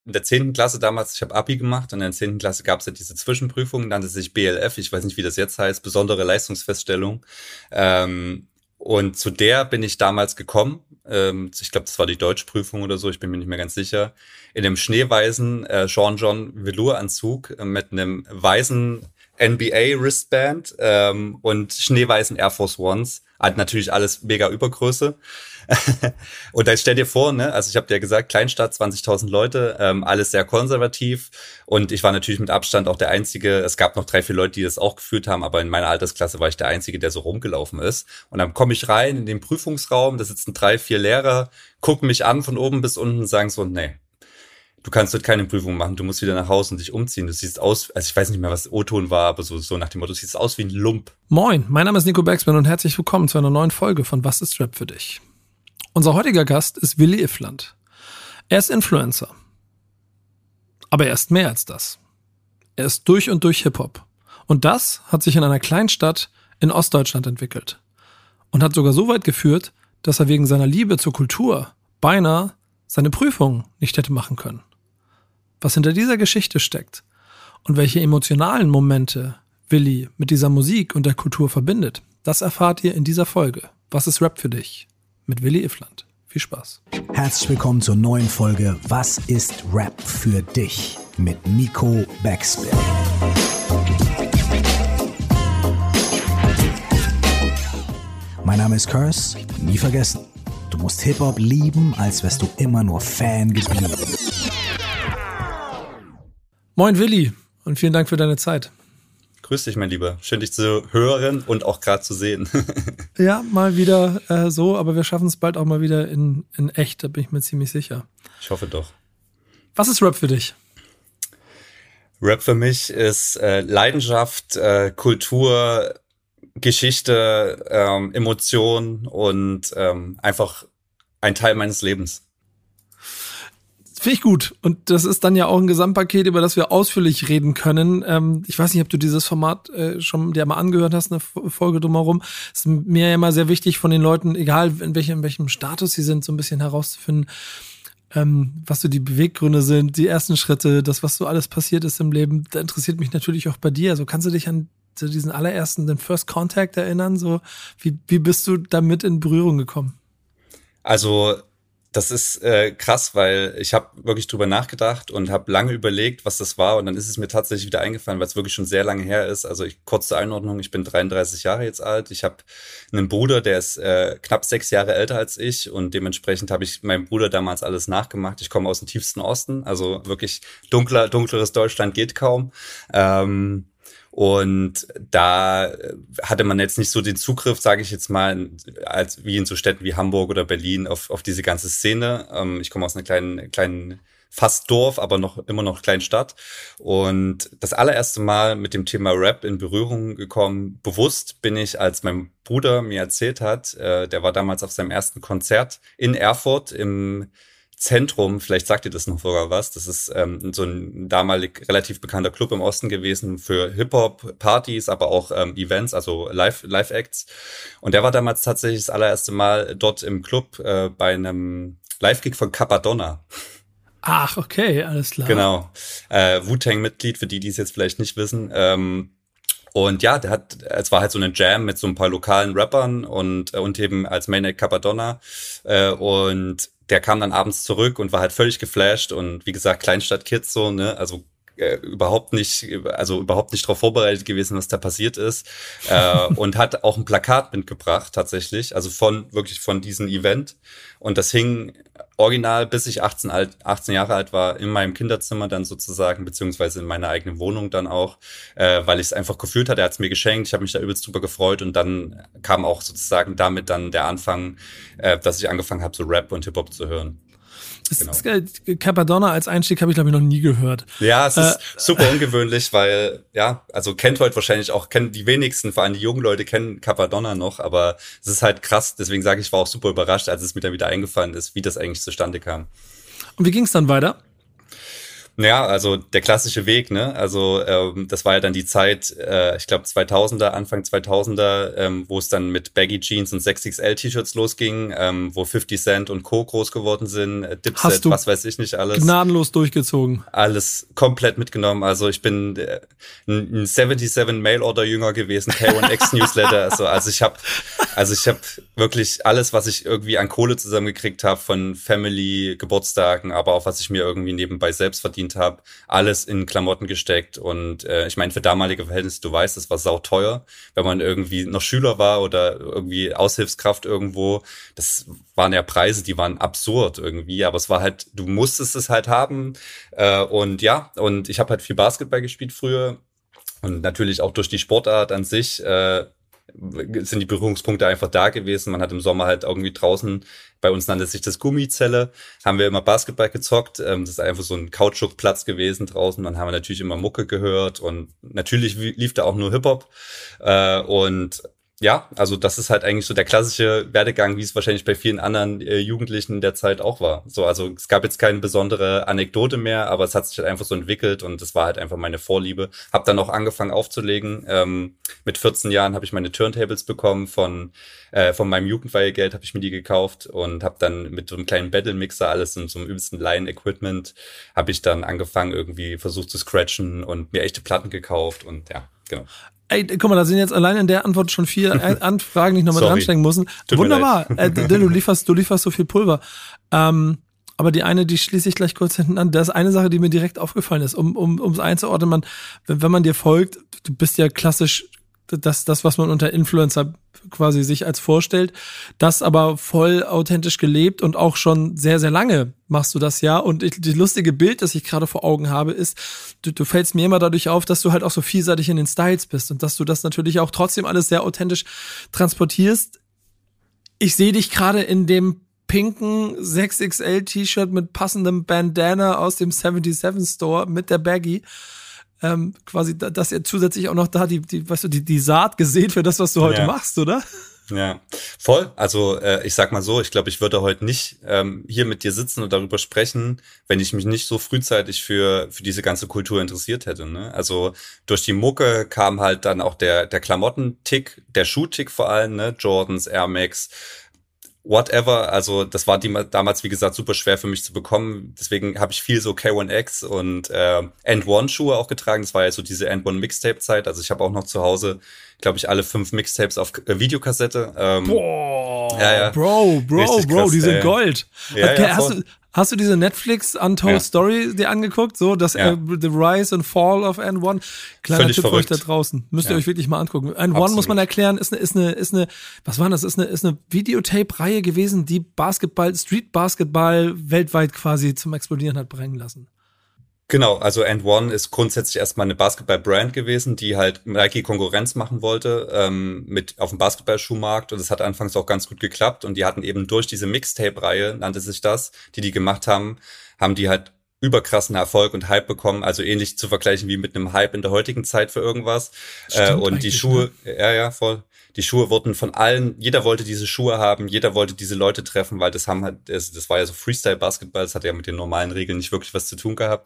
in der 10. Klasse damals, ich habe Abi gemacht und in der 10. Klasse gab es ja diese Zwischenprüfung, nannte sich BLF, ich weiß nicht, wie das jetzt heißt, besondere Leistungsfeststellung. Und zu der bin ich damals gekommen. Ich glaube, das war die Deutschprüfung oder so, ich bin mir nicht mehr ganz sicher. In einem schneeweißen Sean John Velour-Anzug mit einem weißen NBA-Wristband und schneeweißen Air Force Ones. Halt natürlich alles mega Übergröße. Und dann stell dir vor, ne, also ich habe dir gesagt, Kleinstadt, 20.000 Leute, alles sehr konservativ und ich war natürlich mit Abstand auch der Einzige, es gab noch 3, 4 Leute, die das auch geführt haben, aber in meiner Altersklasse war ich der Einzige, der so rumgelaufen ist. Und dann komme ich rein in den Prüfungsraum, da sitzen 3, 4 Lehrer, gucken mich an von oben bis unten und sagen so, nee, du kannst dort keine Prüfung machen, du musst wieder nach Hause und dich umziehen. Du siehst aus, also ich weiß nicht mehr, was O-Ton war, aber so nach dem Motto, du siehst aus wie ein Lump. Moin, mein Name ist Nico Backspin und herzlich willkommen zu einer neuen Folge von Was ist Rap für dich? Unser heutiger Gast ist Willi Iffland. Er ist Influencer. Aber er ist mehr als das. Er ist durch und durch Hip-Hop. Und das hat sich in einer Kleinstadt in Ostdeutschland entwickelt. Und hat sogar so weit geführt, dass er wegen seiner Liebe zur Kultur beinahe seine Prüfung nicht hätte machen können. Was hinter dieser Geschichte steckt und welche emotionalen Momente Willi mit dieser Musik und der Kultur verbindet, das erfahrt ihr in dieser Folge. Was ist Rap für dich? Mit Willi Iffland. Viel Spaß. Herzlich willkommen zur neuen Folge Was ist Rap für dich? Mit Nico Backspin. Mein Name ist Curse, nie vergessen. Du musst Hip-Hop lieben, als wärst du immer nur Fan geblieben. Moin Willi und vielen Dank für deine Zeit. Grüß dich, mein Lieber. Schön, dich zu hören und auch gerade zu sehen. Ja, mal wieder so, aber wir schaffen es bald auch mal wieder in echt, da bin ich mir ziemlich sicher. Ich hoffe doch. Was ist Rap für dich? Rap für mich ist Leidenschaft, Kultur, Geschichte, Emotion und einfach ein Teil meines Lebens. Finde ich gut. Und das ist dann ja auch ein Gesamtpaket, über das wir ausführlich reden können. Ich weiß nicht, ob du dieses Format schon dir mal angehört hast, eine Folge drumherum. Es ist mir ja immer sehr wichtig von den Leuten, egal in welchem Status sie sind, so ein bisschen herauszufinden, was so die Beweggründe sind, die ersten Schritte, das, was so alles passiert ist im Leben. Da interessiert mich natürlich auch bei dir. Also kannst du dich an so diesen allerersten, den First Contact erinnern? So, wie bist du damit in Berührung gekommen? Also das ist krass, weil ich habe wirklich drüber nachgedacht und habe lange überlegt, was das war. Und dann ist es mir tatsächlich wieder eingefallen, weil es wirklich schon sehr lange her ist. Also kurze Einordnung, ich bin 33 Jahre jetzt alt. Ich habe einen Bruder, der ist knapp 6 Jahre älter als ich. Und dementsprechend habe ich meinem Bruder damals alles nachgemacht. Ich komme aus dem tiefsten Osten, also wirklich dunkleres Deutschland geht kaum. Und da hatte man jetzt nicht so den Zugriff, sage ich jetzt mal, als wie in so Städten wie Hamburg oder Berlin auf diese ganze Szene. Ich komme aus einer kleinen fast Dorf, aber immer noch kleinen Stadt. Und das allererste Mal mit dem Thema Rap in Berührung gekommen, bewusst bin ich, als mein Bruder mir erzählt hat, der war damals auf seinem ersten Konzert in Erfurt im Zentrum, vielleicht sagt ihr das noch sogar was, das ist so ein damalig relativ bekannter Club im Osten gewesen für Hip-Hop-Partys, aber auch Events, also Live-Acts. Und der war damals tatsächlich das allererste Mal dort im Club bei einem Live-Gig von Cappadonna. Ach, okay, alles klar. Genau, Wu-Tang-Mitglied, für die es jetzt vielleicht nicht wissen. Und ja, es war halt so eine Jam mit so ein paar lokalen Rappern und eben als Main Act Cappadonna. Und der kam dann abends zurück und war halt völlig geflasht und wie gesagt, Kleinstadt-Kids so, ne, also überhaupt nicht darauf vorbereitet gewesen, was da passiert ist, und hat auch ein Plakat mitgebracht tatsächlich, also wirklich von diesem Event, und das hing original, bis ich 18 Jahre alt war, in meinem Kinderzimmer dann sozusagen, beziehungsweise in meiner eigenen Wohnung dann auch, weil ich es einfach gefühlt hatte. Er hat es mir geschenkt, ich habe mich da übelst drüber gefreut und dann kam auch sozusagen damit dann der Anfang, dass ich angefangen habe, so Rap und Hip-Hop zu hören. Genau. Cappadonna als Einstieg habe ich, glaube ich, noch nie gehört. Ja, es ist super ungewöhnlich, weil, ja, also kennen die wenigsten, vor allem die jungen Leute kennen Cappadonna noch, aber es ist halt krass, deswegen sage ich, war auch super überrascht, als es mir dann wieder eingefallen ist, wie das eigentlich zustande kam. Und wie ging es dann weiter? Ja, also der klassische Weg, ne? Also das war ja dann die Zeit, ich glaube 2000er, Anfang 2000er, wo es dann mit Baggy Jeans und 6XL T-Shirts losging, wo 50 Cent und Co. groß geworden sind, Dipset, was weiß ich nicht alles. Gnadenlos durchgezogen. Alles komplett mitgenommen. Also ich bin ein 77 Mail-Order Jünger gewesen, K1X Newsletter. Also ich habe wirklich alles, was ich irgendwie an Kohle zusammengekriegt habe, von Family, Geburtstagen, aber auch was ich mir irgendwie nebenbei selbst verdient habe, alles in Klamotten gesteckt. Und ich meine, für damalige Verhältnisse, du weißt, es war sauteuer, wenn man irgendwie noch Schüler war oder irgendwie Aushilfskraft irgendwo. Das waren ja Preise, die waren absurd irgendwie, aber es war halt, du musstest es halt haben. Und ich habe halt viel Basketball gespielt früher und natürlich auch durch die Sportart an sich sind die Berührungspunkte einfach da gewesen. Man hat im Sommer halt irgendwie draußen, bei uns nannte sich das Gummizelle, haben wir immer Basketball gezockt. Das ist einfach so ein Kautschukplatz gewesen draußen. Dann haben wir natürlich immer Mucke gehört und natürlich lief da auch nur Hip-Hop. Ja, also das ist halt eigentlich so der klassische Werdegang, wie es wahrscheinlich bei vielen anderen Jugendlichen der Zeit auch war. So, also es gab jetzt keine besondere Anekdote mehr, aber es hat sich halt einfach so entwickelt und das war halt einfach meine Vorliebe. Hab dann auch angefangen aufzulegen. Mit 14 Jahren habe ich meine Turntables bekommen von meinem Jugendweihgeld, habe ich mir die gekauft und habe dann mit so einem kleinen Battle-Mixer, alles in so einem übelsten Laien-Equipment, habe ich dann angefangen, irgendwie versucht zu scratchen und mir echte Platten gekauft und ja, genau. Ey, guck mal, da sind jetzt allein in der Antwort schon 4 Anfragen, die ich nochmal dranstecken muss. Wunderbar. Du lieferst so viel Pulver. Aber die eine, die schließe ich gleich kurz hinten an. Das ist eine Sache, die mir direkt aufgefallen ist, um's einzuordnen. Wenn man dir folgt, du bist ja klassisch das, was man unter Influencer quasi sich als vorstellt, das aber voll authentisch gelebt und auch schon sehr, sehr lange machst du das ja. Und das lustige Bild, das ich gerade vor Augen habe, ist, du fällst mir immer dadurch auf, dass du halt auch so vielseitig in den Styles bist und dass du das natürlich auch trotzdem alles sehr authentisch transportierst. Ich sehe dich gerade in dem pinken 6XL T-Shirt mit passendem Bandana aus dem 77 Store mit der Baggy. Quasi, dass ihr zusätzlich auch noch da die Saat gesät für das, was du heute machst, oder? Ja, voll. Also ich sag mal so, ich glaube, ich würde heute nicht hier mit dir sitzen und darüber sprechen, wenn ich mich nicht so frühzeitig für diese ganze Kultur interessiert hätte. Ne? Also durch die Mucke kam halt dann auch der Klamottentick, der Schuhtick vor allem, ne? Jordans, Air Max, whatever, also das war damals, wie gesagt, super schwer für mich zu bekommen. Deswegen habe ich viel so K1X und And-One-Schuhe auch getragen. Das war ja so diese And-One-Mixtape-Zeit. Also ich habe auch noch zu Hause, glaube ich, alle 5 Mixtapes auf Videokassette. Boah, ja. Bro, krass, die sind Gold. Ja, okay, ja, hast du diese Netflix Untold Story dir angeguckt? So, das The Rise and Fall of And-One. Kleiner Völlig Tipp für euch da verrückt. draußen. Müsst ihr euch wirklich mal angucken. And-One muss man erklären, ist eine, was war das? Ist eine Videotape-Reihe gewesen, die Street Basketball weltweit quasi zum Explodieren hat bringen lassen. Genau, also And-One ist grundsätzlich erstmal eine Basketball-Brand gewesen, die halt Nike Konkurrenz machen wollte mit auf dem Basketballschuhmarkt, und es hat anfangs auch ganz gut geklappt, und die hatten eben durch diese Mixtape-Reihe, nannte sich das, die gemacht haben die halt überkrassen Erfolg und Hype bekommen, also ähnlich zu vergleichen wie mit einem Hype in der heutigen Zeit für irgendwas. Und die Schuhe, ne? Ja, voll. Die Schuhe wurden von allen, jeder wollte diese Schuhe haben, jeder wollte diese Leute treffen, weil das war ja so Freestyle-Basketball, das hat ja mit den normalen Regeln nicht wirklich was zu tun gehabt.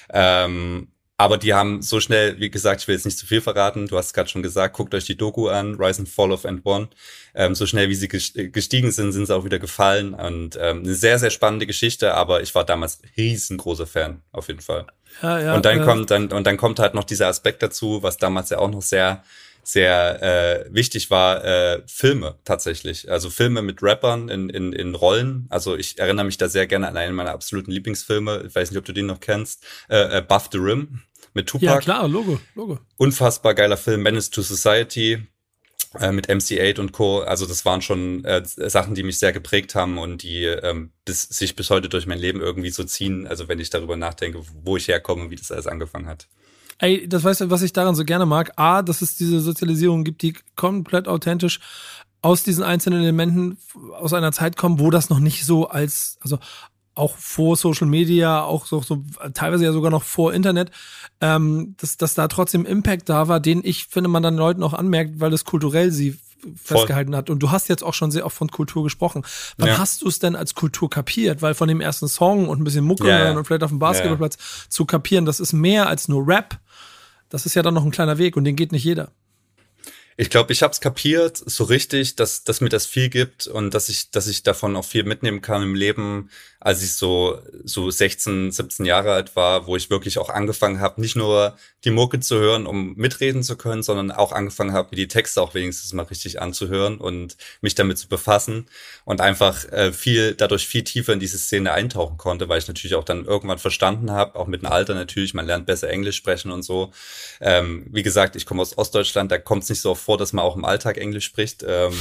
Aber die haben so schnell, wie gesagt, ich will jetzt nicht zu viel verraten, du hast es gerade schon gesagt, guckt euch die Doku an, Rise and Fall of And-One. So schnell wie sie gestiegen sind sie auch wieder gefallen, und eine sehr, sehr spannende Geschichte, aber ich war damals riesengroßer Fan, auf jeden Fall. Ja, und dann kommt halt noch dieser Aspekt dazu, was damals ja auch noch sehr, sehr wichtig war, Filme tatsächlich. Also Filme mit Rappern in Rollen. Also ich erinnere mich da sehr gerne an einen meiner absoluten Lieblingsfilme. Ich weiß nicht, ob du den noch kennst. Above the Rim mit Tupac. Ja, klar, Logo. Unfassbar geiler Film. Menace to Society mit MC8 und Co. Also das waren schon Sachen, die mich sehr geprägt haben und die sich bis heute durch mein Leben irgendwie so ziehen. Also wenn ich darüber nachdenke, wo ich herkomme und wie das alles angefangen hat. Ey, das weißt du, was ich daran so gerne mag? A, dass es diese Sozialisierung gibt, die komplett authentisch aus diesen einzelnen Elementen aus einer Zeit kommen, wo das noch nicht so also auch vor Social Media, auch so teilweise ja sogar noch vor Internet, dass da trotzdem Impact da war, den ich finde, man dann Leuten auch anmerkt, weil das kulturell sie festgehalten hat. Und du hast jetzt auch schon sehr oft von Kultur gesprochen. Wann hast du es denn als Kultur kapiert? Weil von dem ersten Song und ein bisschen Mucke hören und vielleicht auf dem Basketballplatz zu kapieren, das ist mehr als nur Rap. Das ist ja dann noch ein kleiner Weg und den geht nicht jeder. Ich glaube, ich habe es kapiert, so richtig, dass mir das viel gibt und dass ich davon auch viel mitnehmen kann im Leben, als ich so 16, 17 Jahre alt war, wo ich wirklich auch angefangen habe, nicht nur die Mucke zu hören, um mitreden zu können, sondern auch angefangen habe, mir die Texte auch wenigstens mal richtig anzuhören und mich damit zu befassen und einfach dadurch viel tiefer in diese Szene eintauchen konnte, weil ich natürlich auch dann irgendwann verstanden habe, auch mit dem Alter natürlich, man lernt besser Englisch sprechen und so. Wie gesagt, ich komme aus Ostdeutschland, da kommt es nicht so oft vor, dass man auch im Alltag Englisch spricht.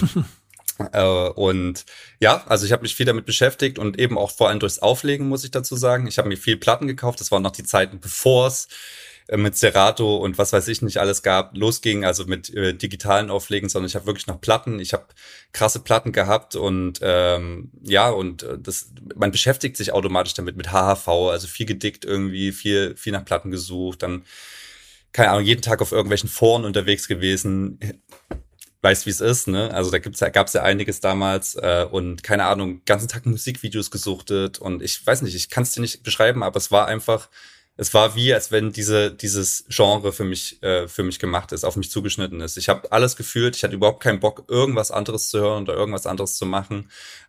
Und ja, also ich habe mich viel damit beschäftigt und eben auch vor allem durchs Auflegen, muss ich dazu sagen. Ich habe mir viel Platten gekauft, das waren noch die Zeiten, bevor es mit Serato und was weiß ich nicht alles losging, also mit digitalen Auflegen, sondern ich habe wirklich noch Platten, ich habe krasse Platten gehabt und man beschäftigt sich automatisch damit mit HHV, also viel gedickt irgendwie, viel nach Platten gesucht, dann keine Ahnung, jeden Tag auf irgendwelchen Foren unterwegs gewesen, weiß wie es ist, ne? Also da gab's ja einiges damals und keine Ahnung, ganzen Tag Musikvideos gesuchtet und ich weiß nicht, ich kann es dir nicht beschreiben, aber es war wie, als wenn dieses Genre für mich gemacht ist, auf mich zugeschnitten ist. Ich habe alles gefühlt, ich hatte überhaupt keinen Bock, irgendwas anderes zu hören oder irgendwas anderes zu machen.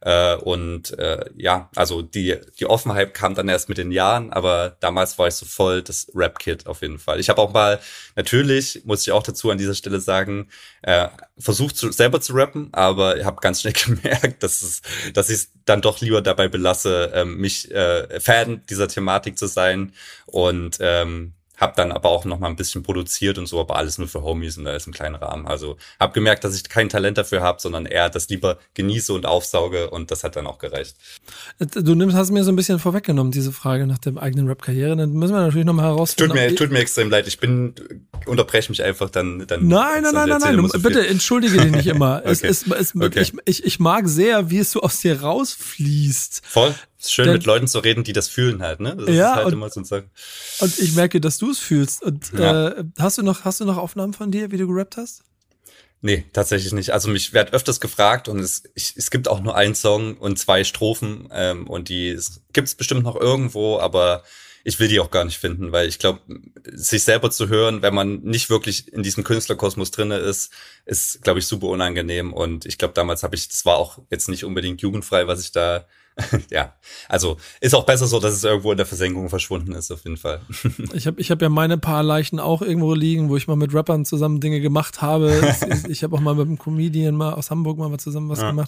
Also die Offenheit kam dann erst mit den Jahren, aber damals war ich so voll das Rap-Kid auf jeden Fall. Ich habe auch mal, natürlich, muss ich auch dazu an dieser Stelle sagen, versucht selber zu rappen, aber ich habe ganz schnell gemerkt, dass ich es dann doch lieber dabei belasse, mich Fan dieser Thematik zu sein. Und habe dann aber auch noch mal ein bisschen produziert und so, aber alles nur für Homies und alles im kleinen Rahmen. Also habe gemerkt, dass ich kein Talent dafür habe, sondern eher das lieber genieße und aufsauge und das hat dann auch gereicht. Hast mir so ein bisschen vorweggenommen, diese Frage nach der eigenen Rap-Karriere. Dann müssen wir natürlich noch mal herausfinden. Tut mir extrem leid. Unterbreche mich einfach dann. Nein. Bitte entschuldige dich nicht immer. Okay. Ich mag sehr, wie es so aus dir rausfließt. Voll. Es ist schön, mit Leuten zu reden, die das fühlen halt, ne? Das ist halt immer so ein Sagen. Und ich merke, dass du es fühlst. Und hast du noch Aufnahmen von dir, wie du gerappt hast? Nee, tatsächlich nicht. Also mich wird öfters gefragt und es gibt auch nur einen Song und 2 Strophen und die gibt's bestimmt noch irgendwo, aber ich will die auch gar nicht finden, weil ich glaube, sich selber zu hören, wenn man nicht wirklich in diesem Künstlerkosmos drinne ist, glaube ich, super unangenehm. Und ich glaube, damals das war auch jetzt nicht unbedingt jugendfrei, was ich da ja, also ist auch besser so, dass es irgendwo in der Versenkung verschwunden ist, auf jeden Fall. Ich hab ja meine paar Leichen auch irgendwo liegen, wo ich mal mit Rappern zusammen Dinge gemacht habe. Ich habe auch mal mit einem Comedian mal aus Hamburg mal zusammen was gemacht.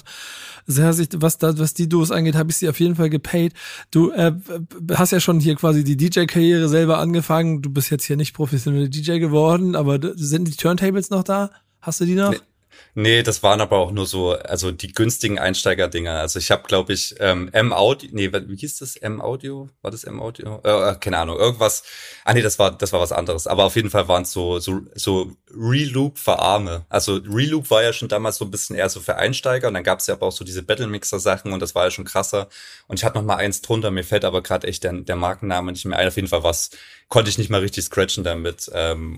Was die Duos angeht, habe ich sie auf jeden Fall gepaid. Du hast ja schon hier quasi die DJ-Karriere selber angefangen. Du bist jetzt hier nicht professioneller DJ geworden, aber sind die Turntables noch da? Hast du die noch? Nee, das waren aber auch nur so, also die günstigen Einsteiger-Dinger. Also ich habe, glaube ich, M-Audio, wie hieß das? M-Audio? War das M-Audio? Keine Ahnung, irgendwas. Nee, das war was anderes. Aber auf jeden Fall waren es so Reloop für Arme. Also Reloop war ja schon damals so ein bisschen eher so für Einsteiger und dann gab es ja aber auch so diese Battle-Mixer-Sachen und das war ja schon krasser. Und ich hatte noch mal eins drunter, mir fällt aber gerade echt der Markenname nicht mehr ein. Auf jeden Fall konnte ich nicht mal richtig scratchen damit.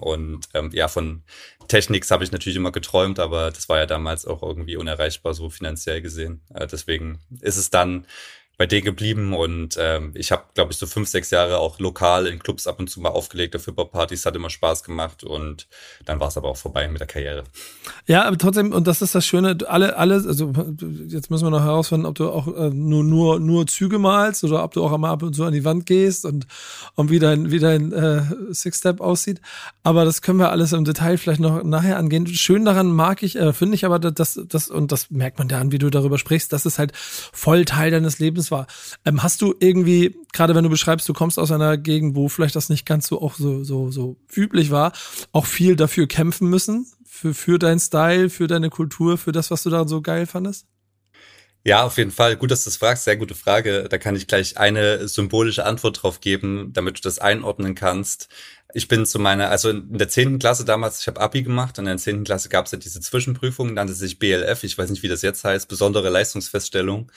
Von Technics habe ich natürlich immer geträumt, aber das war ja damals auch irgendwie unerreichbar, so finanziell gesehen. Deswegen ist es dann bei denen geblieben und ich habe, glaube ich, so 5, 6 Jahre auch lokal in Clubs ab und zu mal aufgelegt auf Hip-Hop-Partys, hat immer Spaß gemacht und dann war es aber auch vorbei mit der Karriere. Ja, aber trotzdem, und das ist das Schöne, also jetzt müssen wir noch herausfinden, ob du auch nur Züge malst oder ob du auch einmal ab und zu an die Wand gehst und wie dein Six-Step aussieht, aber das können wir alles im Detail vielleicht noch nachher angehen. Schön daran finde ich aber, das und das merkt man daran, wie du darüber sprichst, dass es halt voll Teil deines Lebens war. Hast du irgendwie, gerade wenn du beschreibst, du kommst aus einer Gegend, wo vielleicht das nicht ganz so auch so üblich war, auch viel dafür kämpfen müssen, für deinen Style, für deine Kultur, für das, was du da so geil fandest? Ja, auf jeden Fall. Gut, dass du das fragst. Sehr gute Frage. Da kann ich gleich eine symbolische Antwort drauf geben, damit du das einordnen kannst. Ich bin in der 10. Klasse damals, ich habe Abi gemacht und in der 10. Klasse gab es ja diese Zwischenprüfung, nannte sich BLF, ich weiß nicht, wie das jetzt heißt, besondere Leistungsfeststellung.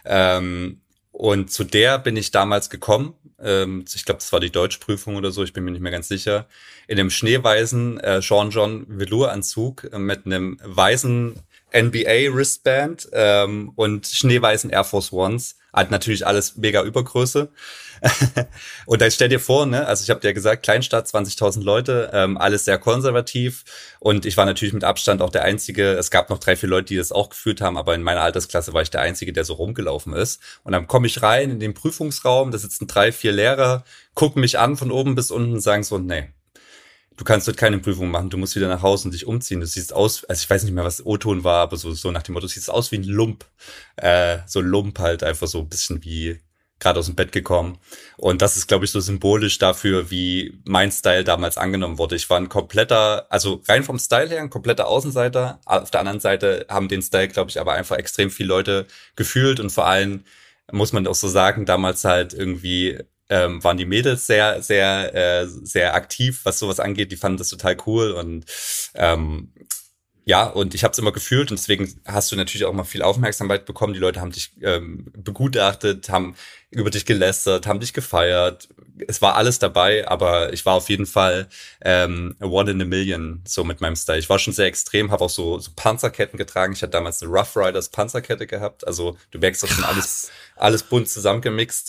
Und zu der bin ich damals gekommen. Ich glaube, das war die Deutschprüfung oder so, ich bin mir nicht mehr ganz sicher. In einem schneeweißen Sean John Velour-Anzug mit einem weißen NBA-Wristband und schneeweißen Air Force Ones. Halt natürlich alles mega Übergröße. Und dann stell dir vor, ne, also ich habe dir gesagt, Kleinstadt, 20.000 Leute, alles sehr konservativ und ich war natürlich mit Abstand auch der Einzige, es gab noch 3, 4 Leute, die das auch geführt haben, aber in meiner Altersklasse war ich der Einzige, der so rumgelaufen ist. Und dann komme ich rein in den Prüfungsraum, da sitzen 3, 4 Lehrer, gucken mich an von oben bis unten und sagen so, nee, du kannst dort keine Prüfung machen, du musst wieder nach Hause und dich umziehen. Du siehst aus, also ich weiß nicht mehr, was O-Ton war, aber so nach dem Motto, du siehst aus wie ein Lump. So ein Lump halt, einfach so ein bisschen wie gerade aus dem Bett gekommen. Und das ist, glaube ich, so symbolisch dafür, wie mein Style damals angenommen wurde. Ich war ein kompletter, also rein vom Style her, ein kompletter Außenseiter. Auf der anderen Seite haben den Style, glaube ich, aber einfach extrem viele Leute gefühlt. Und vor allem, muss man auch so sagen, damals halt irgendwie waren die Mädels sehr, sehr, sehr aktiv, was sowas angeht. Die fanden das total cool und ja, und ich habe es immer gefühlt und deswegen hast du natürlich auch mal viel Aufmerksamkeit bekommen. Die Leute haben dich begutachtet, haben über dich gelästert, haben dich gefeiert. Es war alles dabei, aber ich war auf jeden Fall one in a million so mit meinem Style. Ich war schon sehr extrem, habe auch so Panzerketten getragen. Ich hatte damals eine Rough Riders Panzerkette gehabt. Also du merkst, das schon alles bunt zusammengemixt.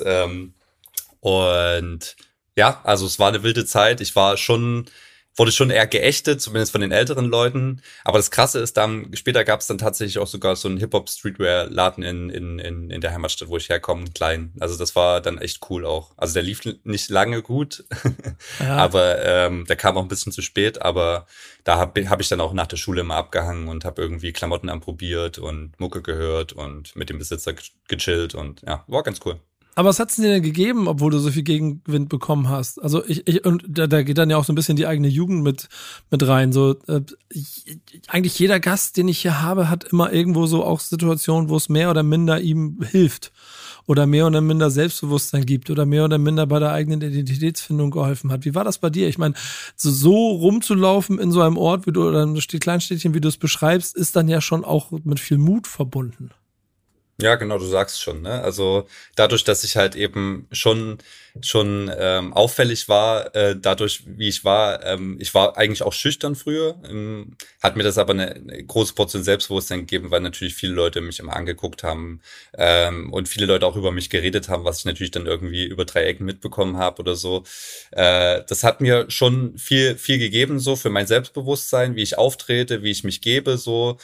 Und ja, also es war eine wilde Zeit. Wurde schon eher geächtet, zumindest von den älteren Leuten. Aber das Krasse ist dann, später gab es dann tatsächlich auch sogar so einen Hip-Hop-Streetwear-Laden in der Heimatstadt, wo ich herkomme, klein. Also das war dann echt cool auch. Also der lief nicht lange gut, ja. Aber der kam auch ein bisschen zu spät. Aber da hab ich dann auch nach der Schule immer abgehangen und habe irgendwie Klamotten anprobiert und Mucke gehört und mit dem Besitzer gechillt. Und ja, war ganz cool. Aber was hat's denn dir gegeben, obwohl du so viel Gegenwind bekommen hast? Also und da geht dann ja auch so ein bisschen die eigene Jugend mit rein. So eigentlich jeder Gast, den ich hier habe, hat immer irgendwo so auch Situationen, wo es mehr oder minder ihm hilft oder mehr oder minder Selbstbewusstsein gibt oder mehr oder minder bei der eigenen Identitätsfindung geholfen hat. Wie war das bei dir? Ich meine, so rumzulaufen in so einem Ort, wie du oder ein Kleinstädtchen, wie du es beschreibst, ist dann ja schon auch mit viel Mut verbunden. Ja, genau, du sagst schon, ne? Also dadurch, dass ich halt eben schon auffällig war, dadurch, wie ich war eigentlich auch schüchtern früher, hat mir das aber eine große Portion Selbstbewusstsein gegeben, weil natürlich viele Leute mich immer angeguckt haben und viele Leute auch über mich geredet haben, was ich natürlich dann irgendwie über 3 Ecken mitbekommen habe oder so. Das hat mir schon viel gegeben, so für mein Selbstbewusstsein, wie ich auftrete, wie ich mich gebe, so.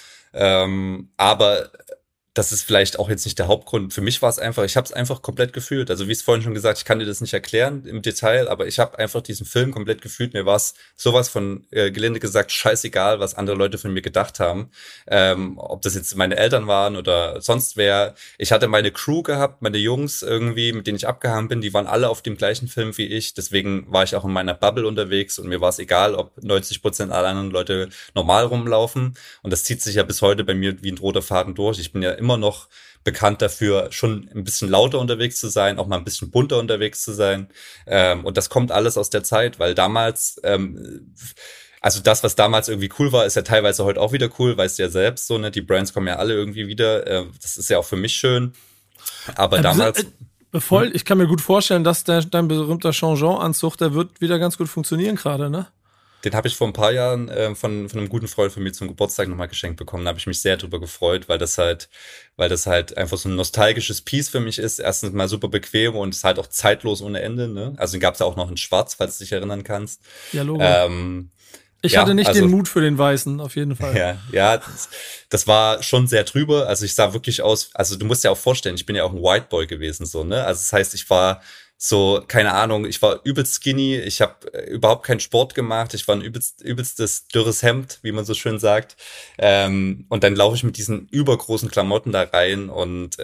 Aber das ist vielleicht auch jetzt nicht der Hauptgrund. Für mich war es einfach, ich habe es einfach komplett gefühlt. Also wie ich es vorhin schon gesagt, ich kann dir das nicht erklären im Detail, aber ich habe einfach diesen Film komplett gefühlt. Mir war es sowas von, gelinde gesagt, scheißegal, was andere Leute von mir gedacht haben. Ob das jetzt meine Eltern waren oder sonst wer. Ich hatte meine Crew gehabt, meine Jungs irgendwie, mit denen ich abgehangen bin, die waren alle auf dem gleichen Film wie ich. Deswegen war ich auch in meiner Bubble unterwegs und mir war es egal, ob 90% aller anderen Leute normal rumlaufen. Und das zieht sich ja bis heute bei mir wie ein roter Faden durch. Ich bin ja immer noch bekannt dafür, schon ein bisschen lauter unterwegs zu sein, auch mal ein bisschen bunter unterwegs zu sein. Und das kommt alles aus der Zeit, weil damals, also das, was damals irgendwie cool war, ist ja teilweise heute auch wieder cool, weißt du ja selbst so, ne? Die Brands kommen ja alle irgendwie wieder. Das ist ja auch für mich schön. Aber damals... Ich kann mir gut vorstellen, dass dein berühmter Changeant-Anzug, der wird wieder ganz gut funktionieren gerade, ne? Den habe ich vor ein paar Jahren von einem guten Freund von mir zum Geburtstag nochmal geschenkt bekommen. Da habe ich mich sehr drüber gefreut, weil das halt einfach so ein nostalgisches Piece für mich ist. Erstens mal super bequem und ist halt auch zeitlos ohne Ende. Ne? Also den gab es ja auch noch in Schwarz, falls du dich erinnern kannst. Ja, Logo. Ich hatte nicht den Mut für den Weißen, auf jeden Fall. Ja, das war schon sehr drüber. Also ich sah wirklich aus, also du musst dir auch vorstellen, ich bin ja auch ein White Boy gewesen, so, ne? Also das heißt, ich war so, keine Ahnung, ich war übelst skinny, ich habe überhaupt keinen Sport gemacht, ich war ein übelstes dürres Hemd, wie man so schön sagt. Und dann laufe ich mit diesen übergroßen Klamotten da rein und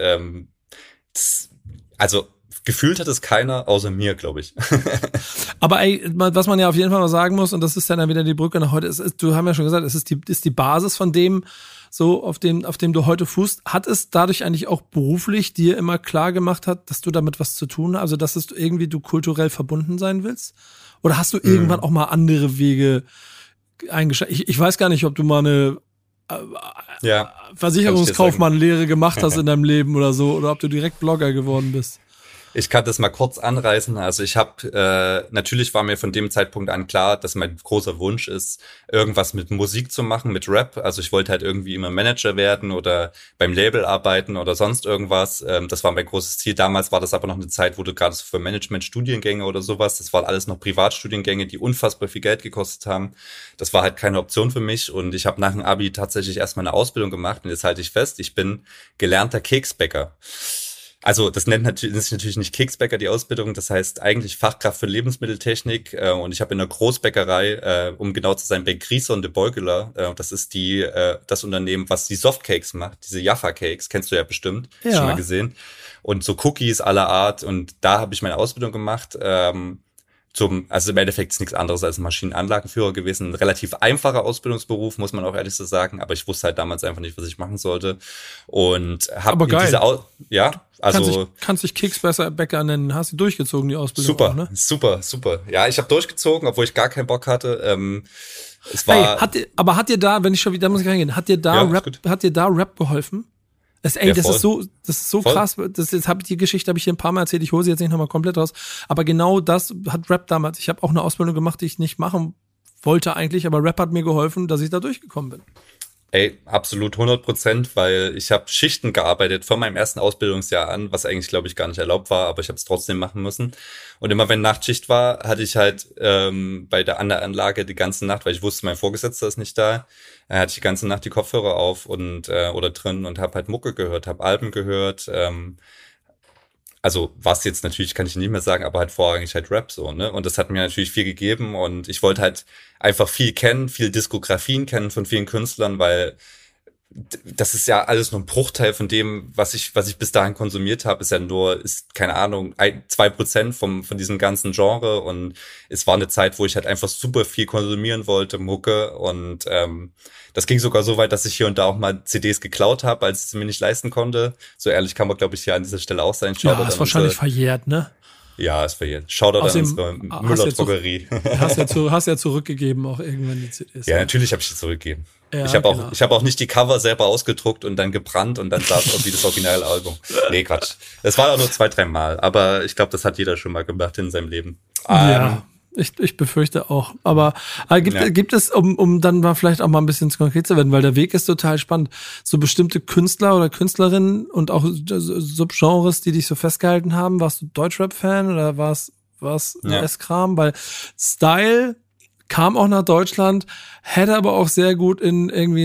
also gefühlt hat es keiner außer mir, glaube ich. Aber ey, was man ja auf jeden Fall noch sagen muss, und das ist dann wieder die Brücke nach heute, du haben ja schon gesagt, es ist die Basis von dem, so auf dem du heute fußt. Hat es dadurch eigentlich auch beruflich dir immer klar gemacht hat, dass du damit was zu tun hast? Also, dass du irgendwie kulturell verbunden sein willst? Oder hast du irgendwann auch mal andere Wege eingeschlagen? Ich weiß gar nicht, ob du mal eine Versicherungskaufmann-Lehre gemacht hast in deinem Leben oder so, oder ob du direkt Blogger geworden bist. Ich kann das mal kurz anreißen. Also ich habe, natürlich war mir von dem Zeitpunkt an klar, dass mein großer Wunsch ist, irgendwas mit Musik zu machen, mit Rap. Also ich wollte halt irgendwie immer Manager werden oder beim Label arbeiten oder sonst irgendwas. Das war mein großes Ziel. Damals war das aber noch eine Zeit, wo du gerade so für Management-Studiengänge oder sowas, das waren alles noch Privatstudiengänge, die unfassbar viel Geld gekostet haben. Das war halt keine Option für mich und ich habe nach dem Abi tatsächlich erstmal eine Ausbildung gemacht und jetzt halte ich fest, ich bin gelernter Keksbäcker. Also das nennt natürlich nicht Keksbäcker die Ausbildung, das heißt eigentlich Fachkraft für Lebensmitteltechnik und ich habe in der Großbäckerei, um genau zu sein, bei Grieser und de Beugeler, das ist das Unternehmen, was die Softcakes macht, diese Jaffa Cakes, kennst du ja bestimmt, Ja. schon mal gesehen, und so Cookies aller Art und da habe ich meine Ausbildung gemacht, also im Endeffekt ist nichts anderes als Maschinenanlagenführer gewesen. Ein relativ einfacher Ausbildungsberuf, muss man auch ehrlich so sagen. Aber ich wusste halt damals einfach nicht, was ich machen sollte. Und habe Kannst dich Keksbäcker nennen. Hast du durchgezogen, die Ausbildung? Super, auch, ne? super. Ja, ich habe durchgezogen, obwohl ich gar keinen Bock hatte. Es war. Hat dir da, wenn ich schon wieder, muss ich reingehen, hat dir da Rap geholfen? Das ist so Voll. krass. Die Geschichte habe ich hier ein paar Mal erzählt. Ich hole sie jetzt nicht nochmal komplett raus. Aber genau das hat Rap damals. Ich habe auch eine Ausbildung gemacht, die ich nicht machen wollte eigentlich, aber Rap hat mir geholfen, dass ich da durchgekommen bin. Ey, absolut 100%, weil ich habe Schichten gearbeitet von meinem ersten Ausbildungsjahr an, was eigentlich, glaube ich, gar nicht erlaubt war, aber ich habe es trotzdem machen müssen. Und immer wenn Nachtschicht war, hatte ich halt an der Anlage die ganze Nacht, weil ich wusste, mein Vorgesetzter ist nicht da, hatte ich die ganze Nacht die Kopfhörer auf oder drin und habe halt Mucke gehört, habe Alben gehört, also was jetzt natürlich, kann ich nicht mehr sagen, aber halt vorrangig halt Rap so, ne? Und das hat mir natürlich viel gegeben und ich wollte halt einfach viel kennen, viel Diskografien kennen von vielen Künstlern, weil das ist ja alles nur ein Bruchteil von dem, was ich bis dahin konsumiert habe, ist keine Ahnung, 2% von diesem ganzen Genre und es war eine Zeit, wo ich halt einfach super viel konsumieren wollte, Mucke und das ging sogar so weit, dass ich hier und da auch mal CDs geklaut habe, als ich es mir nicht leisten konnte. So ehrlich kann man, glaube ich, hier an dieser Stelle auch sein. Ja, ist wahrscheinlich verjährt, ne? Ja, ist verjährt. Shoutout an unsere Müller-Drogerie. Hast ja zurückgegeben auch irgendwann die CDs. Ja, natürlich habe ich die zurückgegeben. Ja, ich habe auch nicht die Cover selber ausgedruckt und dann gebrannt und dann sah es aus wie das Originalalbum. Nee, Quatsch. Das war auch nur 2-3 Mal, aber ich glaube, das hat jeder schon mal gemacht in seinem Leben. Ja, ich befürchte auch. Aber gibt es, um dann mal vielleicht auch mal ein bisschen konkret zu werden, weil der Weg ist total spannend, so bestimmte Künstler oder Künstlerinnen und auch Subgenres, die dich so festgehalten haben? Warst du Deutschrap-Fan oder war's US-Kram? Weil Style kam auch nach Deutschland, hätte aber auch sehr gut in irgendwie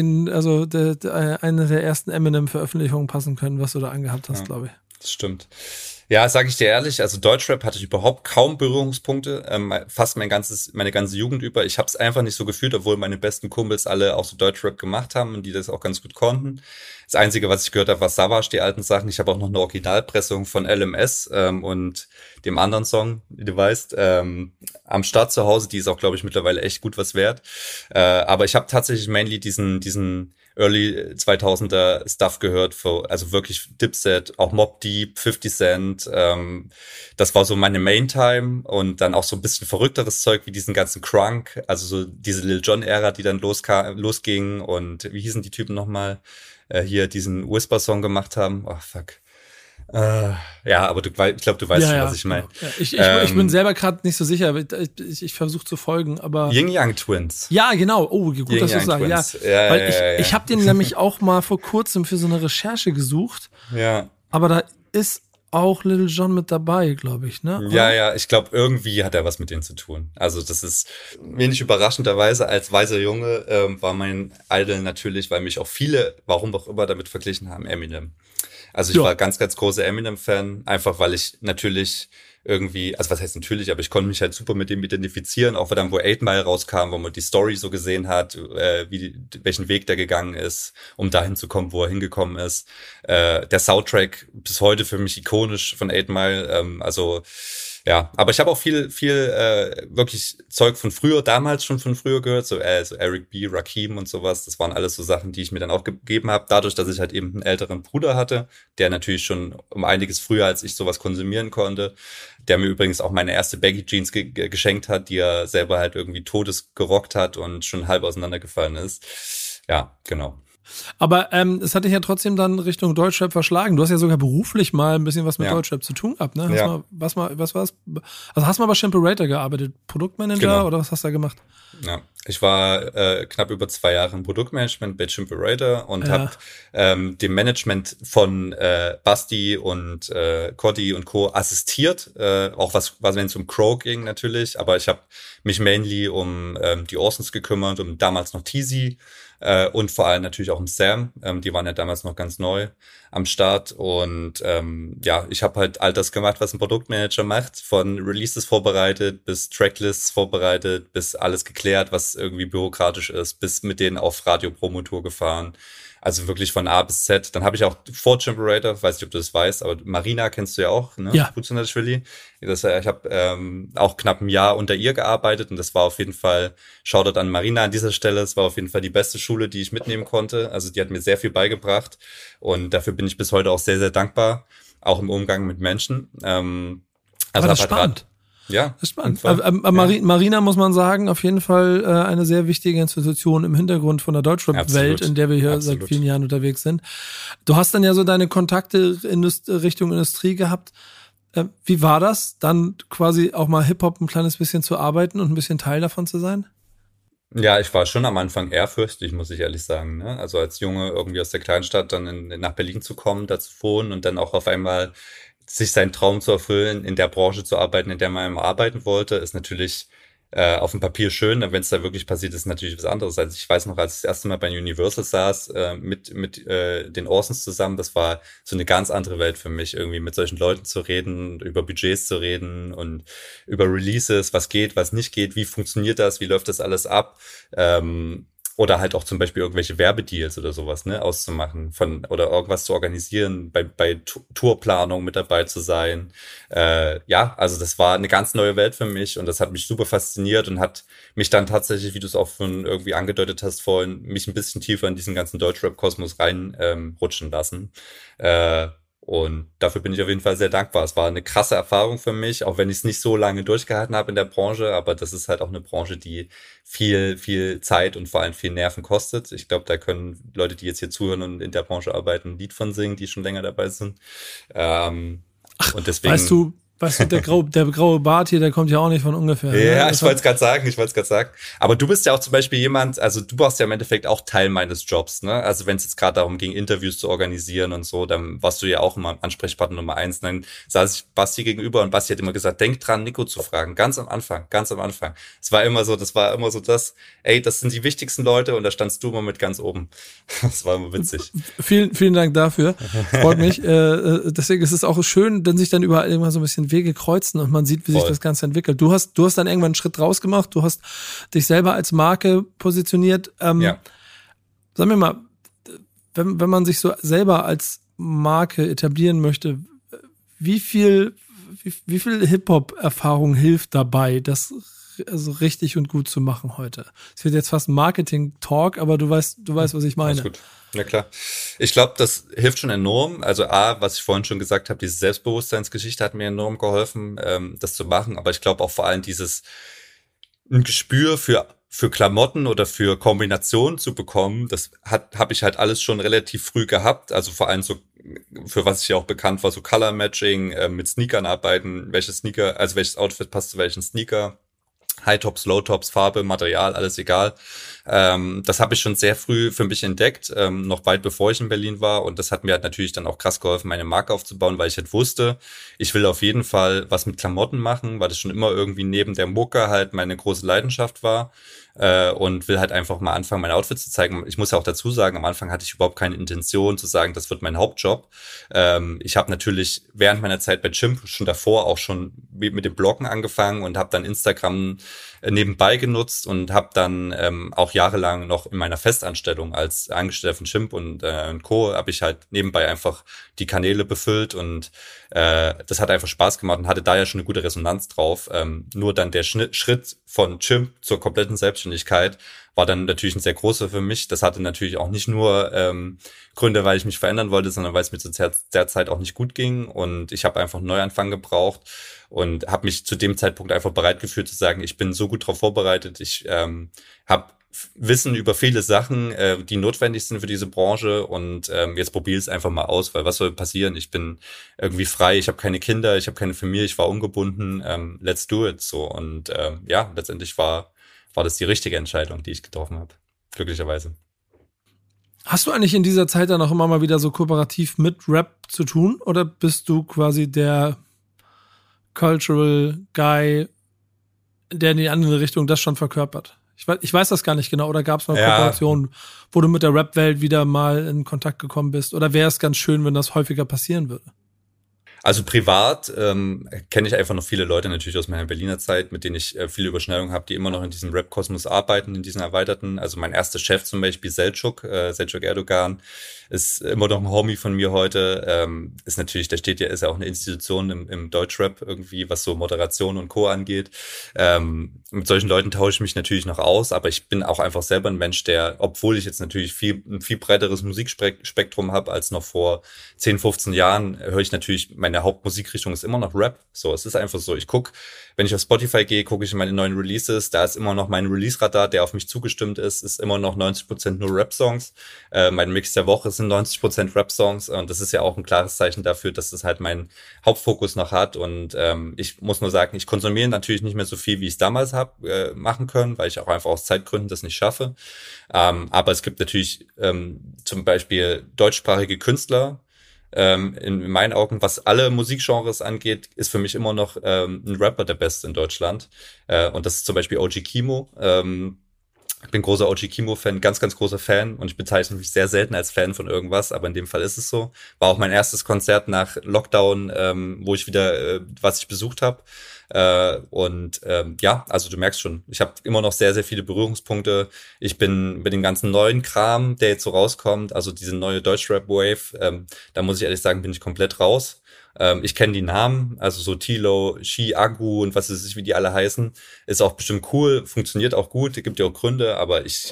eine der ersten Eminem-Veröffentlichungen passen können, was du da angehabt hast, glaube ich. Das stimmt. Ja, sage ich dir ehrlich, also Deutschrap hatte ich überhaupt kaum Berührungspunkte, fast meine ganze Jugend über. Ich habe es einfach nicht so gefühlt, obwohl meine besten Kumpels alle auch so Deutschrap gemacht haben und die das auch ganz gut konnten. Das Einzige, was ich gehört habe, war Savage, die alten Sachen. Ich habe auch noch eine Originalpressung von LMS und dem anderen Song, wie du weißt, am Start zu Hause. Die ist auch, glaube ich, mittlerweile echt gut was wert. Aber ich habe tatsächlich mainly diesen Early 2000er Stuff gehört, also wirklich Dipset, auch Mobb Deep, 50 Cent, das war so meine Main-Time und dann auch so ein bisschen verrückteres Zeug wie diesen ganzen Crunk, also so diese Lil Jon-Ära, die dann losging und wie hießen die Typen nochmal, hier diesen Whisper-Song gemacht haben, oh fuck. Ja, aber ich glaube, du weißt schon, was ich meine. Ja. Ich bin selber gerade nicht so sicher, ich versuche zu folgen, aber Yin Yang Twins. Ja, genau. Oh, gut, dass du sagst. Ja, weil ich habe den nämlich auch mal vor kurzem für so eine Recherche gesucht. Ja. Aber da ist auch Lil Jon mit dabei, glaube ich, ne? Ja, ich glaube, irgendwie hat er was mit denen zu tun. Also das ist wenig überraschenderweise, als weiser Junge war mein Idol natürlich, weil mich auch viele, warum auch immer, damit verglichen haben, Eminem. Also ich war ganz, ganz großer Eminem-Fan, einfach weil ich natürlich irgendwie, also was heißt natürlich, aber ich konnte mich halt super mit dem identifizieren, auch dann, wo 8 Mile rauskam, wo man die Story so gesehen hat, welchen Weg der gegangen ist, um dahin zu kommen, wo er hingekommen ist. Der Soundtrack bis heute für mich ikonisch von 8 Mile, ja, aber ich habe auch viel wirklich Zeug von früher, damals schon von früher gehört, so Eric B., Rakim und sowas. Das waren alles so Sachen, die ich mir dann auch gegeben habe, dadurch, dass ich halt eben einen älteren Bruder hatte, der natürlich schon um einiges früher als ich sowas konsumieren konnte, der mir übrigens auch meine erste Baggy Jeans geschenkt hat, die er selber halt irgendwie todes gerockt hat und schon halb auseinandergefallen ist. Ja, genau. Aber es hat dich ja trotzdem dann Richtung Deutschrap verschlagen. Du hast ja sogar beruflich mal ein bisschen was mit Ja. Deutschrap zu tun gehabt, ne? Ja. Was war's? Also hast mal bei Chimperator gearbeitet, Produktmanager Genau. oder was hast du da gemacht? Ja, ich war knapp über 2 Jahre im Produktmanagement bei Chimperator und Ja. habe dem Management von Basti und Coddy und Co. assistiert, auch was wenn es um Crow ging natürlich, aber ich habe mich mainly um die Orsons gekümmert, um damals noch Teasy und vor allem natürlich auch um Sam, die waren ja damals noch ganz neu am Start und ja, ich habe halt all das gemacht, was ein Produktmanager macht, von Releases vorbereitet, bis Tracklists vorbereitet, bis alles geklärt, was irgendwie bürokratisch ist, bis mit denen auf Radio-Promotour gefahren. Also wirklich von A bis Z. Dann habe ich auch vor Chimperator, weiß nicht, ob du das weißt, aber Marina kennst du ja auch, ne? Ja. Butsunashvili. Ich habe auch knapp ein Jahr unter ihr gearbeitet und das war auf jeden Fall, Shoutout an Marina an dieser Stelle, es war auf jeden Fall die beste Schule, die ich mitnehmen konnte. Also die hat mir sehr viel beigebracht und dafür bin ich bis heute auch sehr, sehr dankbar, auch im Umgang mit Menschen. Aber das ist hab spannend. Ja. Das ist spannend. Ja. Marina, muss man sagen, auf jeden Fall eine sehr wichtige Institution im Hintergrund von der Deutschrap-Welt, Absolut. in der wir hier Absolut. seit vielen Jahren unterwegs sind. Du hast dann ja so deine Kontakte Richtung Industrie gehabt. Wie war das, dann quasi auch mal Hip-Hop ein kleines bisschen zu arbeiten und ein bisschen Teil davon zu sein? Ja, ich war schon am Anfang ehrfürchtig, muss ich ehrlich sagen. Ne? Also als Junge irgendwie aus der Kleinstadt dann nach Berlin zu kommen, da zu wohnen und dann auch auf einmal sich seinen Traum zu erfüllen, in der Branche zu arbeiten, in der man immer arbeiten wollte, ist natürlich auf dem Papier schön, wenn es da wirklich passiert, ist natürlich was anderes. Also ich weiß noch, als ich das erste Mal bei Universal saß, mit den Orsons zusammen, das war so eine ganz andere Welt für mich, irgendwie mit solchen Leuten zu reden, über Budgets zu reden und über Releases, was geht, was nicht geht, wie funktioniert das, wie läuft das alles ab, oder halt auch zum Beispiel irgendwelche Werbedeals oder sowas, ne, auszumachen oder irgendwas zu organisieren, bei Tourplanung mit dabei zu sein. Ja, also das war eine ganz neue Welt für mich und das hat mich super fasziniert und hat mich dann tatsächlich, wie du es auch schon irgendwie angedeutet hast vorhin, mich ein bisschen tiefer in diesen ganzen Deutschrap-Kosmos rein rutschen lassen. Und dafür bin ich auf jeden Fall sehr dankbar. Es war eine krasse Erfahrung für mich, auch wenn ich es nicht so lange durchgehalten habe in der Branche. Aber das ist halt auch eine Branche, die viel, viel Zeit und vor allem viel Nerven kostet. Ich glaube, da können Leute, die jetzt hier zuhören und in der Branche arbeiten, ein Lied von singen, die schon länger dabei sind. Und deswegen, Weißt du, der graue Bart hier, der kommt ja auch nicht von ungefähr. ja, Ne? ich wollte es gerade sagen. Aber du bist ja auch zum Beispiel jemand, also du warst ja im Endeffekt auch Teil meines Jobs, ne? Also wenn es jetzt gerade darum ging, Interviews zu organisieren und so, dann warst du ja auch immer Ansprechpartner Nummer 1. Dann saß ich Basti gegenüber und Basti hat immer gesagt, denk dran, Nico zu fragen. Ganz am Anfang. Das war immer so ey, das sind die wichtigsten Leute und da standst du immer mit ganz oben. Das war immer witzig. Vielen Dank dafür. Freut mich. Deswegen ist es auch schön, wenn sich dann überall immer so ein bisschen Wege kreuzen und man sieht, wie sich das Ganze entwickelt. Du hast dann irgendwann einen Schritt raus gemacht, du hast dich selber als Marke positioniert. Ja. Sag mir mal, wenn man sich so selber als Marke etablieren möchte, wie viel Hip-Hop-Erfahrung hilft dabei, das also richtig und gut zu machen heute? Es wird jetzt fast ein Marketing-Talk, aber du weißt, was ich meine. Alles gut. Ja klar. Ich glaube, das hilft schon enorm. Also was ich vorhin schon gesagt habe, diese Selbstbewusstseinsgeschichte hat mir enorm geholfen, das zu machen. Aber ich glaube auch vor allem ein Gespür für Klamotten oder für Kombinationen zu bekommen, das habe ich halt alles schon relativ früh gehabt. Also vor allem so, für was ich ja auch bekannt war, so Color Matching, mit Sneakern arbeiten, welches Outfit passt zu welchen Sneaker. High-Tops, Low-Tops, Farbe, Material, alles egal. Das habe ich schon sehr früh für mich entdeckt, noch weit bevor ich in Berlin war. Und das hat mir halt natürlich dann auch krass geholfen, meine Marke aufzubauen, weil ich halt wusste, ich will auf jeden Fall was mit Klamotten machen, weil das schon immer irgendwie neben der Mucke halt meine große Leidenschaft war. Und will halt einfach mal anfangen, meine Outfits zu zeigen. Ich muss ja auch dazu sagen, am Anfang hatte ich überhaupt keine Intention zu sagen, das wird mein Hauptjob. Ich habe natürlich während meiner Zeit bei Chimp schon davor auch schon mit dem Bloggen angefangen und habe dann Instagram nebenbei genutzt und habe dann auch jahrelang noch in meiner Festanstellung als Angestellter von Chimp und Co. habe ich halt nebenbei einfach die Kanäle befüllt und das hat einfach Spaß gemacht und hatte da ja schon eine gute Resonanz drauf. Nur dann der Schritt von Chimp zur kompletten Selbstständigkeit war dann natürlich ein sehr großer für mich. Das hatte natürlich auch nicht nur Gründe, weil ich mich verändern wollte, sondern weil es mir zu der Zeit auch nicht gut ging und ich habe einfach einen Neuanfang gebraucht und habe mich zu dem Zeitpunkt einfach bereit gefühlt zu sagen, ich bin so gut darauf vorbereitet, ich habe Wissen über viele Sachen, die notwendig sind für diese Branche und jetzt probiere es einfach mal aus, weil was soll passieren? Ich bin irgendwie frei, ich habe keine Kinder, ich habe keine Familie, ich war ungebunden, let's do it so und ja, letztendlich war das die richtige Entscheidung, die ich getroffen habe, glücklicherweise. Hast du eigentlich in dieser Zeit dann auch immer mal wieder so kooperativ mit Rap zu tun oder bist du quasi der Cultural Guy, der in die andere Richtung das schon verkörpert? Ich weiß das gar nicht genau. Oder gab es mal Kooperationen, wo du mit der Rap-Welt wieder mal in Kontakt gekommen bist? Oder wäre es ganz schön, wenn das häufiger passieren würde? Also privat kenne ich einfach noch viele Leute natürlich aus meiner Berliner Zeit, mit denen ich viele Überschneidungen habe, die immer noch in diesem Rap-Kosmos arbeiten, in diesem erweiterten. Also mein erster Chef zum Beispiel, Selçuk Erdogan, ist immer noch ein Homie von mir heute. Ist natürlich, ist ja auch eine Institution im Deutschrap irgendwie, was so Moderation und Co. angeht. Mit solchen Leuten tausche ich mich natürlich noch aus, aber ich bin auch einfach selber ein Mensch, der, obwohl ich jetzt natürlich ein viel breiteres Musikspektrum habe als noch vor 10, 15 Jahren, höre ich natürlich, meine Hauptmusikrichtung ist immer noch Rap. So, es ist einfach so. Wenn ich auf Spotify gehe, gucke ich in meine neuen Releases, da ist immer noch mein Release-Radar, der auf mich zugestimmt ist immer noch 90% nur Rap-Songs. Mein Mix der Woche sind 90% Rap-Songs und das ist ja auch ein klares Zeichen dafür, dass das halt meinen Hauptfokus noch hat und ich muss nur sagen, ich konsumiere natürlich nicht mehr so viel, wie ich es damals habe machen können, weil ich auch einfach aus Zeitgründen das nicht schaffe. Aber es gibt natürlich zum Beispiel deutschsprachige Künstler, in meinen Augen, was alle Musikgenres angeht, ist für mich immer noch ein Rapper der Beste in Deutschland. Und das ist zum Beispiel OG Kimo. Ich bin großer OG Kimo-Fan, ganz, ganz großer Fan und ich bezeichne mich sehr selten als Fan von irgendwas, aber in dem Fall ist es so. War auch mein erstes Konzert nach Lockdown, wo ich wieder, was ich besucht habe. Ja, also du merkst schon, ich habe immer noch sehr, sehr viele Berührungspunkte. Ich bin mit dem ganzen neuen Kram, der jetzt so rauskommt, also diese neue Deutschrap-Wave, da muss ich ehrlich sagen, bin ich komplett raus. Ich kenne die Namen, also so Tilo, Shi, Agu und was weiß ich, wie die alle heißen. Ist auch bestimmt cool, funktioniert auch gut, gibt ja auch Gründe, aber ich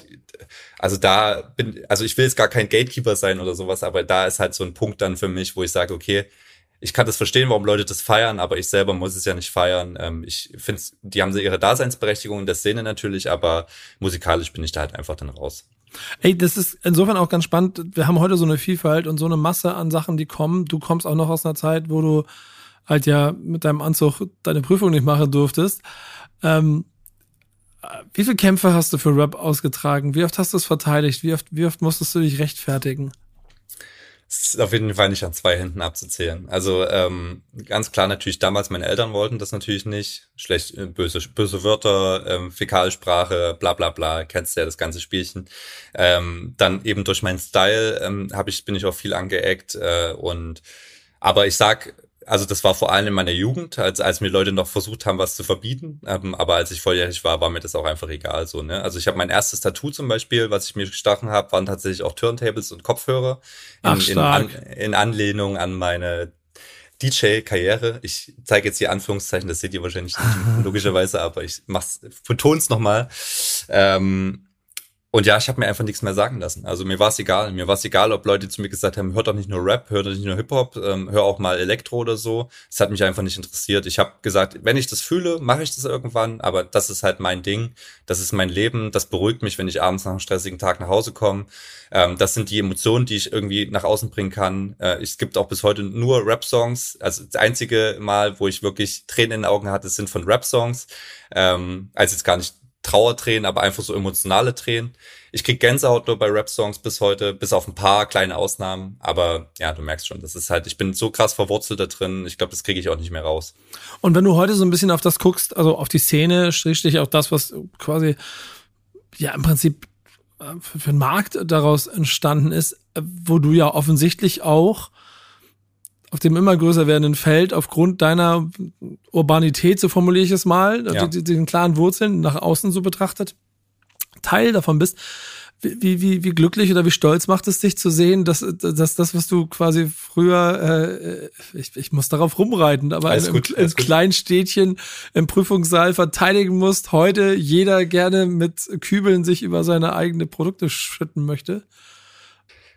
will jetzt gar kein Gatekeeper sein oder sowas, aber da ist halt so ein Punkt dann für mich, wo ich sage, okay, ich kann das verstehen, warum Leute das feiern, aber ich selber muss es ja nicht feiern. Ich finde, die haben ihre Daseinsberechtigung in der Szene natürlich, aber musikalisch bin ich da halt einfach dann raus. Ey, das ist insofern auch ganz spannend. Wir haben heute so eine Vielfalt und so eine Masse an Sachen, die kommen. Du kommst auch noch aus einer Zeit, wo du halt ja mit deinem Anzug deine Prüfung nicht machen durftest. Wie viele Kämpfe hast du für Rap ausgetragen? Wie oft hast du es verteidigt? Wie oft musstest du dich rechtfertigen? Das ist auf jeden Fall nicht an 2 Händen abzuzählen. Also ganz klar natürlich damals, meine Eltern wollten das natürlich nicht. Schlecht, böse Wörter, Fäkalsprache, bla bla bla, kennst du ja das ganze Spielchen. Dann eben durch meinen Style bin ich auch viel angeeckt. Aber ich sag, also das war vor allem in meiner Jugend, als mir Leute noch versucht haben, was zu verbieten. Aber als ich volljährig war mir das auch einfach egal so, ne? Also ich habe mein erstes Tattoo zum Beispiel, was ich mir gestochen habe, waren tatsächlich auch Turntables und Kopfhörer. In Anlehnung an meine DJ-Karriere. Ich zeige jetzt hier Anführungszeichen, das seht ihr wahrscheinlich nicht, logischerweise, aber ich beton's nochmal. Und ja, ich habe mir einfach nichts mehr sagen lassen. Also mir war es egal. Mir war es egal, ob Leute zu mir gesagt haben, hört doch nicht nur Rap, hört doch nicht nur Hip-Hop, hör auch mal Elektro oder so. Es hat mich einfach nicht interessiert. Ich habe gesagt, wenn ich das fühle, mache ich das irgendwann. Aber das ist halt mein Ding. Das ist mein Leben. Das beruhigt mich, wenn ich abends nach einem stressigen Tag nach Hause komme. Das sind die Emotionen, die ich irgendwie nach außen bringen kann. Es gibt auch bis heute nur Rap-Songs. Also das einzige Mal, wo ich wirklich Tränen in den Augen hatte, sind von Rap-Songs. Also jetzt gar nicht Trauertränen, aber einfach so emotionale Tränen. Ich krieg Gänsehaut nur bei Rap-Songs bis heute, bis auf ein paar kleine Ausnahmen. Aber ja, du merkst schon, das ist halt, ich bin so krass verwurzelt da drin. Ich glaube, das kriege ich auch nicht mehr raus. Und wenn du heute so ein bisschen auf das guckst, also auf die Szene, schrägstrich auf das, was quasi ja im Prinzip für einen Markt daraus entstanden ist, wo du ja offensichtlich auch auf dem immer größer werdenden Feld aufgrund deiner Urbanität, so formuliere ich es mal, ja, den klaren Wurzeln nach außen so betrachtet, Teil davon bist. Wie glücklich oder wie stolz macht es dich zu sehen, dass das, was du quasi früher, ich muss darauf rumreiten, aber im kleinen Städtchen im Prüfungssaal verteidigen musst, heute jeder gerne mit Kübeln sich über seine eigene Produkte schütten möchte?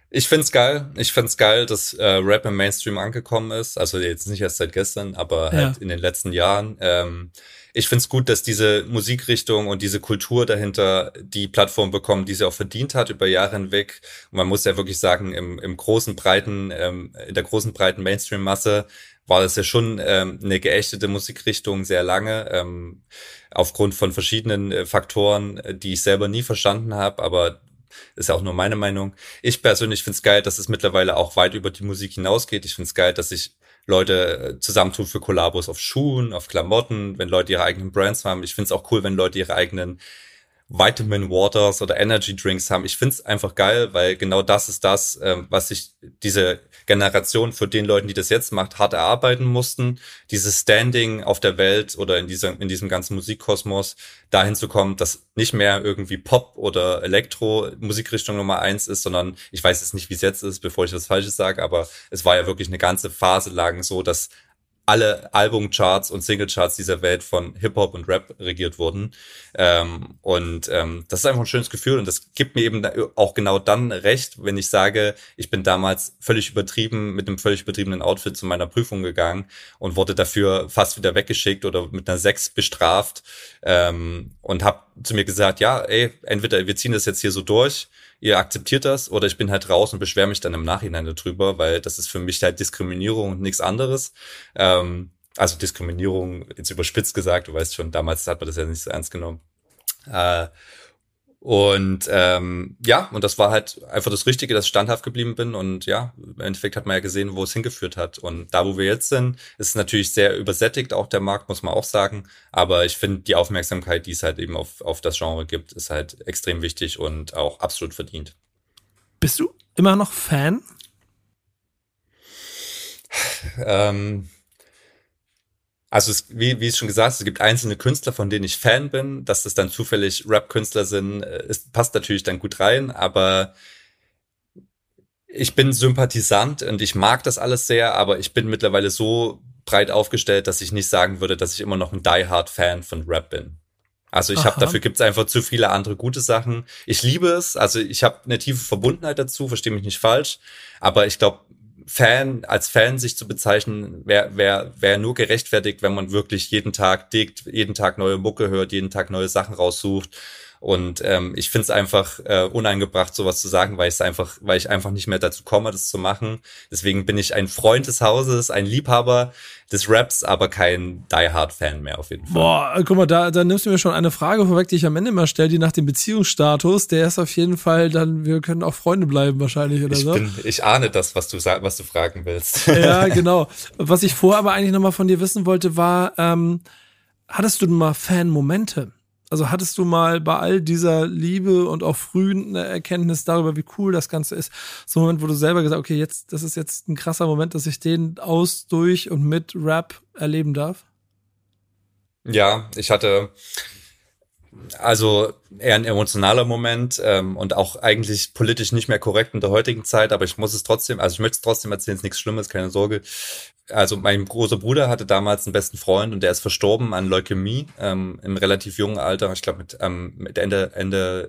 Ich find's geil. Ich find's geil, dass Rap im Mainstream angekommen ist. Also jetzt nicht erst seit gestern, aber halt in den letzten Jahren. Ich find's gut, dass diese Musikrichtung und diese Kultur dahinter die Plattform bekommen, die sie auch verdient hat über Jahre hinweg. Und man muss ja wirklich sagen, in der großen breiten Mainstream-Masse war das ja schon eine geächtete Musikrichtung sehr lange, aufgrund von verschiedenen Faktoren, die ich selber nie verstanden habe, aber ist ja auch nur meine Meinung. Ich persönlich finde es geil, dass es mittlerweile auch weit über die Musik hinausgeht. Ich finde es geil, dass sich Leute zusammentun für Kollabos auf Schuhen, auf Klamotten, wenn Leute ihre eigenen Brands haben. Ich finde es auch cool, wenn Leute ihre eigenen Vitamin Waters oder Energy Drinks haben. Ich find's einfach geil, weil genau das ist das, was sich diese Generation für den Leuten, die das jetzt macht, hart erarbeiten mussten. Dieses Standing auf der Welt oder in diesem ganzen Musikkosmos dahin zu kommen, dass nicht mehr irgendwie Pop oder Elektro Musikrichtung Nummer 1 ist, sondern ich weiß jetzt nicht, wie es jetzt ist, bevor ich was Falsches sage, aber es war ja wirklich eine ganze Phase lang so, dass alle Albumcharts und Singlecharts dieser Welt von Hip-Hop und Rap regiert wurden. Das ist einfach ein schönes Gefühl und das gibt mir eben auch genau dann recht, wenn ich sage, ich bin damals mit einem völlig übertriebenen Outfit zu meiner Prüfung gegangen und wurde dafür fast wieder weggeschickt oder mit einer 6 bestraft und habe zu mir gesagt, ja, ey, entweder wir ziehen das jetzt hier so durch, ihr akzeptiert das oder ich bin halt raus und beschwere mich dann im Nachhinein darüber, weil das ist für mich halt Diskriminierung und nichts anderes. Also Diskriminierung, jetzt überspitzt gesagt, du weißt schon, damals hat man das ja nicht so ernst genommen. Und das war halt einfach das Richtige, dass ich standhaft geblieben bin und ja, im Endeffekt hat man ja gesehen, wo es hingeführt hat und da, wo wir jetzt sind, ist natürlich sehr übersättigt, auch der Markt, muss man auch sagen, aber ich finde, die Aufmerksamkeit, die es halt eben auf das Genre gibt, ist halt extrem wichtig und auch absolut verdient. Bist du immer noch Fan? Also wie es schon gesagt ist, es gibt einzelne Künstler, von denen ich Fan bin. Dass das dann zufällig Rap-Künstler sind, passt natürlich dann gut rein. Aber ich bin Sympathisant und ich mag das alles sehr. Aber ich bin mittlerweile so breit aufgestellt, dass ich nicht sagen würde, dass ich immer noch ein Die-Hard-Fan von Rap bin. Also dafür gibt's einfach zu viele andere gute Sachen. Ich liebe es. Also ich habe eine tiefe Verbundenheit dazu, verstehe mich nicht falsch. Aber ich glaube, als Fan sich zu bezeichnen, wäre nur gerechtfertigt, wenn man wirklich jeden Tag dickt, jeden Tag neue Mucke hört, jeden Tag neue Sachen raussucht. Und ich finde es einfach uneingebracht, sowas zu sagen, weil ich einfach nicht mehr dazu komme, das zu machen. Deswegen bin ich ein Freund des Hauses, ein Liebhaber des Raps, aber kein Die-Hard-Fan mehr auf jeden Fall. Boah, guck mal, da nimmst du mir schon eine Frage vorweg, die ich am Ende immer stelle, die nach dem Beziehungsstatus, der ist auf jeden Fall dann, wir können auch Freunde bleiben wahrscheinlich oder so. Ich ahne das, was du fragen willst. Ja, genau. Was ich vorher aber eigentlich nochmal von dir wissen wollte, war, hattest du denn mal Fan-Momente? Also hattest du mal bei all dieser Liebe und auch frühen Erkenntnis darüber, wie cool das Ganze ist, so ein Moment, wo du selber gesagt hast, okay, das ist jetzt ein krasser Moment, dass ich den durch und mit Rap erleben darf? Ja, ich hatte also eher ein emotionaler Moment und auch eigentlich politisch nicht mehr korrekt in der heutigen Zeit, aber ich möchte es trotzdem erzählen, ist nichts Schlimmes, keine Sorge. Also mein großer Bruder hatte damals einen besten Freund und der ist verstorben an Leukämie im relativ jungen Alter. Ich glaube mit Ende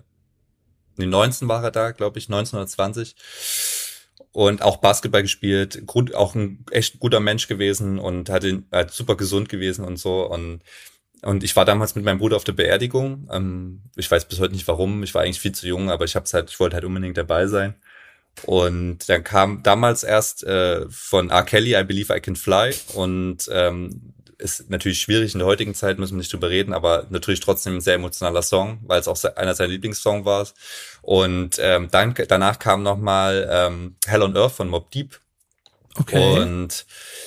19 war er da, glaube ich, 1920. Und auch Basketball gespielt, auch ein echt guter Mensch gewesen und hat super gesund gewesen und so. Und ich war damals mit meinem Bruder auf der Beerdigung. Ich weiß bis heute nicht warum. Ich war eigentlich viel zu jung, aber ich wollte halt unbedingt dabei sein. Und dann kam damals erst von R. Kelly, I Believe I Can Fly. Und ist natürlich schwierig in der heutigen Zeit, müssen wir nicht drüber reden, aber natürlich trotzdem ein sehr emotionaler Song, weil es auch einer seiner Lieblingssongs war. Und danach kam nochmal Hell on Earth von Mobb Deep. Okay. Und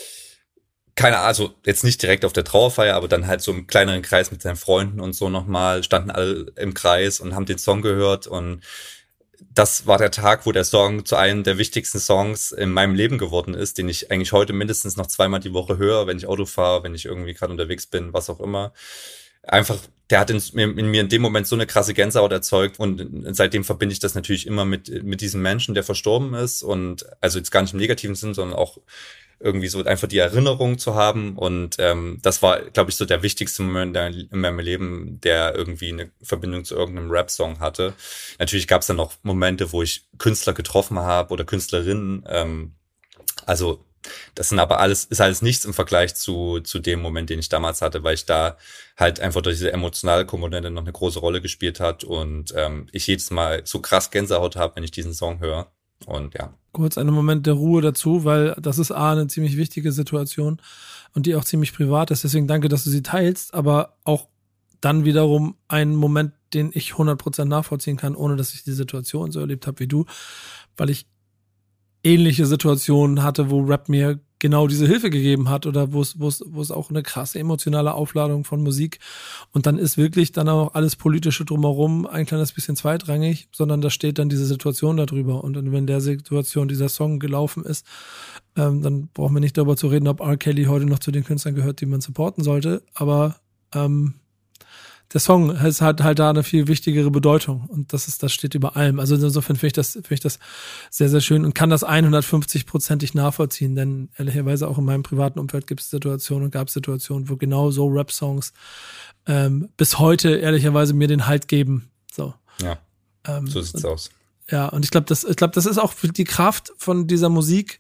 also jetzt nicht direkt auf der Trauerfeier, aber dann halt so im kleineren Kreis mit seinen Freunden und so nochmal, standen alle im Kreis und haben den Song gehört und das war der Tag, wo der Song zu einem der wichtigsten Songs in meinem Leben geworden ist, den ich eigentlich heute mindestens noch 2-mal die Woche höre, wenn ich Auto fahre, wenn ich irgendwie gerade unterwegs bin, was auch immer. Einfach, der hat in mir in dem Moment so eine krasse Gänsehaut erzeugt und seitdem verbinde ich das natürlich immer mit diesem Menschen, der verstorben ist und also jetzt gar nicht im negativen Sinn, sondern auch irgendwie so einfach die Erinnerung zu haben. Und das war, glaube ich, so der wichtigste Moment in meinem Leben, der irgendwie eine Verbindung zu irgendeinem Rap-Song hatte. Natürlich gab es dann noch Momente, wo ich Künstler getroffen habe oder Künstlerinnen. Also das ist alles nichts im Vergleich zu dem Moment, den ich damals hatte, weil ich da halt einfach durch diese emotionale Komponente noch eine große Rolle gespielt hat und ich jedes Mal so krass Gänsehaut habe, wenn ich diesen Song höre. Und ja. Kurz einen Moment der Ruhe dazu, weil das ist eine ziemlich wichtige Situation und die auch ziemlich privat ist. Deswegen danke, dass du sie teilst, aber auch dann wiederum ein Moment, den ich 100% nachvollziehen kann, ohne dass ich die Situation so erlebt habe wie du, weil ich ähnliche Situationen hatte, wo Rap mir genau diese Hilfe gegeben hat oder wo es auch eine krasse emotionale Aufladung von Musik und dann ist wirklich dann auch alles Politische drumherum ein kleines bisschen zweitrangig, sondern da steht dann diese Situation darüber und dann, wenn der Situation dieser Song gelaufen ist, dann brauchen wir nicht darüber zu reden, ob R. Kelly heute noch zu den Künstlern gehört, die man supporten sollte, aber der Song hat halt da eine viel wichtigere Bedeutung und das steht über allem. Also insofern finde ich das sehr, sehr schön und kann das 150%ig nachvollziehen, denn ehrlicherweise auch in meinem privaten Umfeld gab es Situationen, wo genau so Rap-Songs bis heute ehrlicherweise mir den Halt geben. So. Ja, so sieht's aus. Ja, und ich glaube, das ist auch die Kraft von dieser Musik.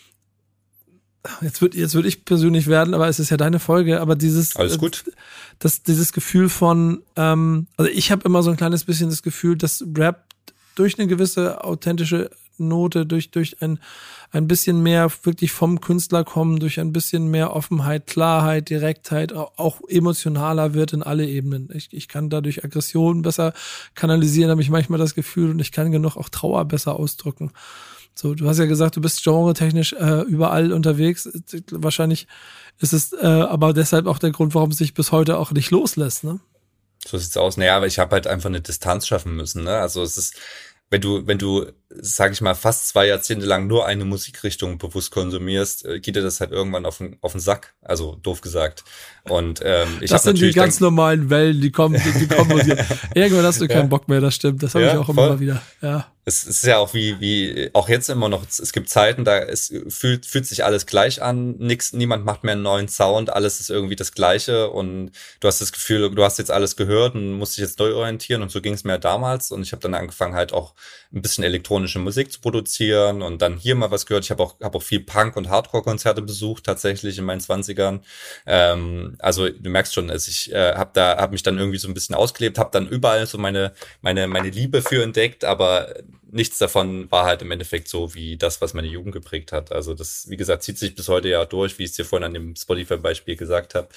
Jetzt würde ich persönlich werden, aber es ist ja deine Folge, aber alles gut. Dieses Gefühl von, also ich habe immer so ein kleines bisschen das Gefühl, dass Rap durch eine gewisse authentische Note, durch ein bisschen mehr wirklich vom Künstler kommen, durch ein bisschen mehr Offenheit, Klarheit, Direktheit, auch emotionaler wird in alle Ebenen. Ich kann dadurch Aggressionen besser kanalisieren, habe ich manchmal das Gefühl, und ich kann genug auch Trauer besser ausdrücken. So, du hast ja gesagt, du bist genretechnisch überall unterwegs. Wahrscheinlich ist es aber deshalb auch der Grund, warum es sich bis heute auch nicht loslässt, ne? So sieht's aus. Naja, aber ich habe halt einfach eine Distanz schaffen müssen, ne? Also es ist, wenn du, sag ich mal, fast 2 Jahrzehnte lang nur eine Musikrichtung bewusst konsumierst, geht dir das halt irgendwann auf den Sack. Also doof gesagt. Und ich das sind die ganz normalen Wellen, die kommen und gehen. Irgendwann hast du keinen Bock mehr, das stimmt. Das habe ich auch immer wieder. Ja. Es ist ja auch wie auch jetzt immer noch, es gibt Zeiten, fühlt sich alles gleich an, niemand macht mehr einen neuen Sound, alles ist irgendwie das Gleiche und du hast das Gefühl, du hast jetzt alles gehört und musst dich jetzt neu orientieren und so ging es mir damals und ich habe dann angefangen halt auch ein bisschen elektronische Musik zu produzieren und dann hier mal was gehört. Ich habe auch viel Punk- und Hardcore-Konzerte besucht, tatsächlich in meinen 20ern. Also du merkst schon, ich habe mich dann irgendwie so ein bisschen ausgelebt, habe dann überall so meine Liebe für entdeckt, aber nichts davon war halt im Endeffekt so wie das, was meine Jugend geprägt hat. Also das, wie gesagt, zieht sich bis heute ja durch, wie ich es dir vorhin an dem Spotify-Beispiel gesagt habe.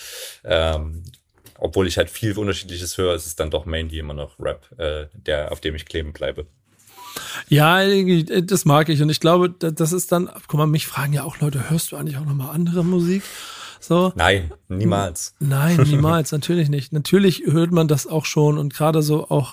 Obwohl ich halt viel Unterschiedliches höre, ist es dann doch mainly immer noch Rap, auf dem ich kleben bleibe. Ja, das mag ich und ich glaube, das ist dann, guck mal, mich fragen ja auch Leute, hörst du eigentlich auch nochmal andere Musik? So. Nein, niemals. Nein, niemals, natürlich nicht. Natürlich hört man das auch schon und gerade so auch,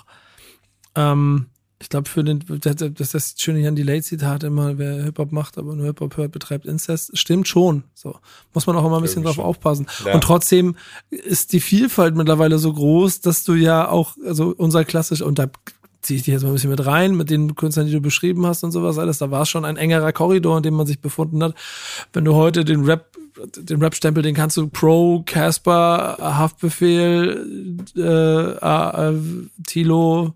ich glaube, das ist schön hier an die Late-Zitat immer, wer Hip-Hop macht, aber nur Hip-Hop hört, betreibt Inzest. Stimmt schon. So. Muss man auch immer ein bisschen drauf aufpassen. Ja. Und trotzdem ist die Vielfalt mittlerweile so groß, dass du ja auch, also unser klassisch, und da ziehe ich dich jetzt mal ein bisschen mit rein, mit den Künstlern, die du beschrieben hast und sowas alles, da war es schon ein engerer Korridor, in dem man sich befunden hat. Wenn du heute den Rap-Stempel, den kannst du Pro, Casper, Haftbefehl, Tilo,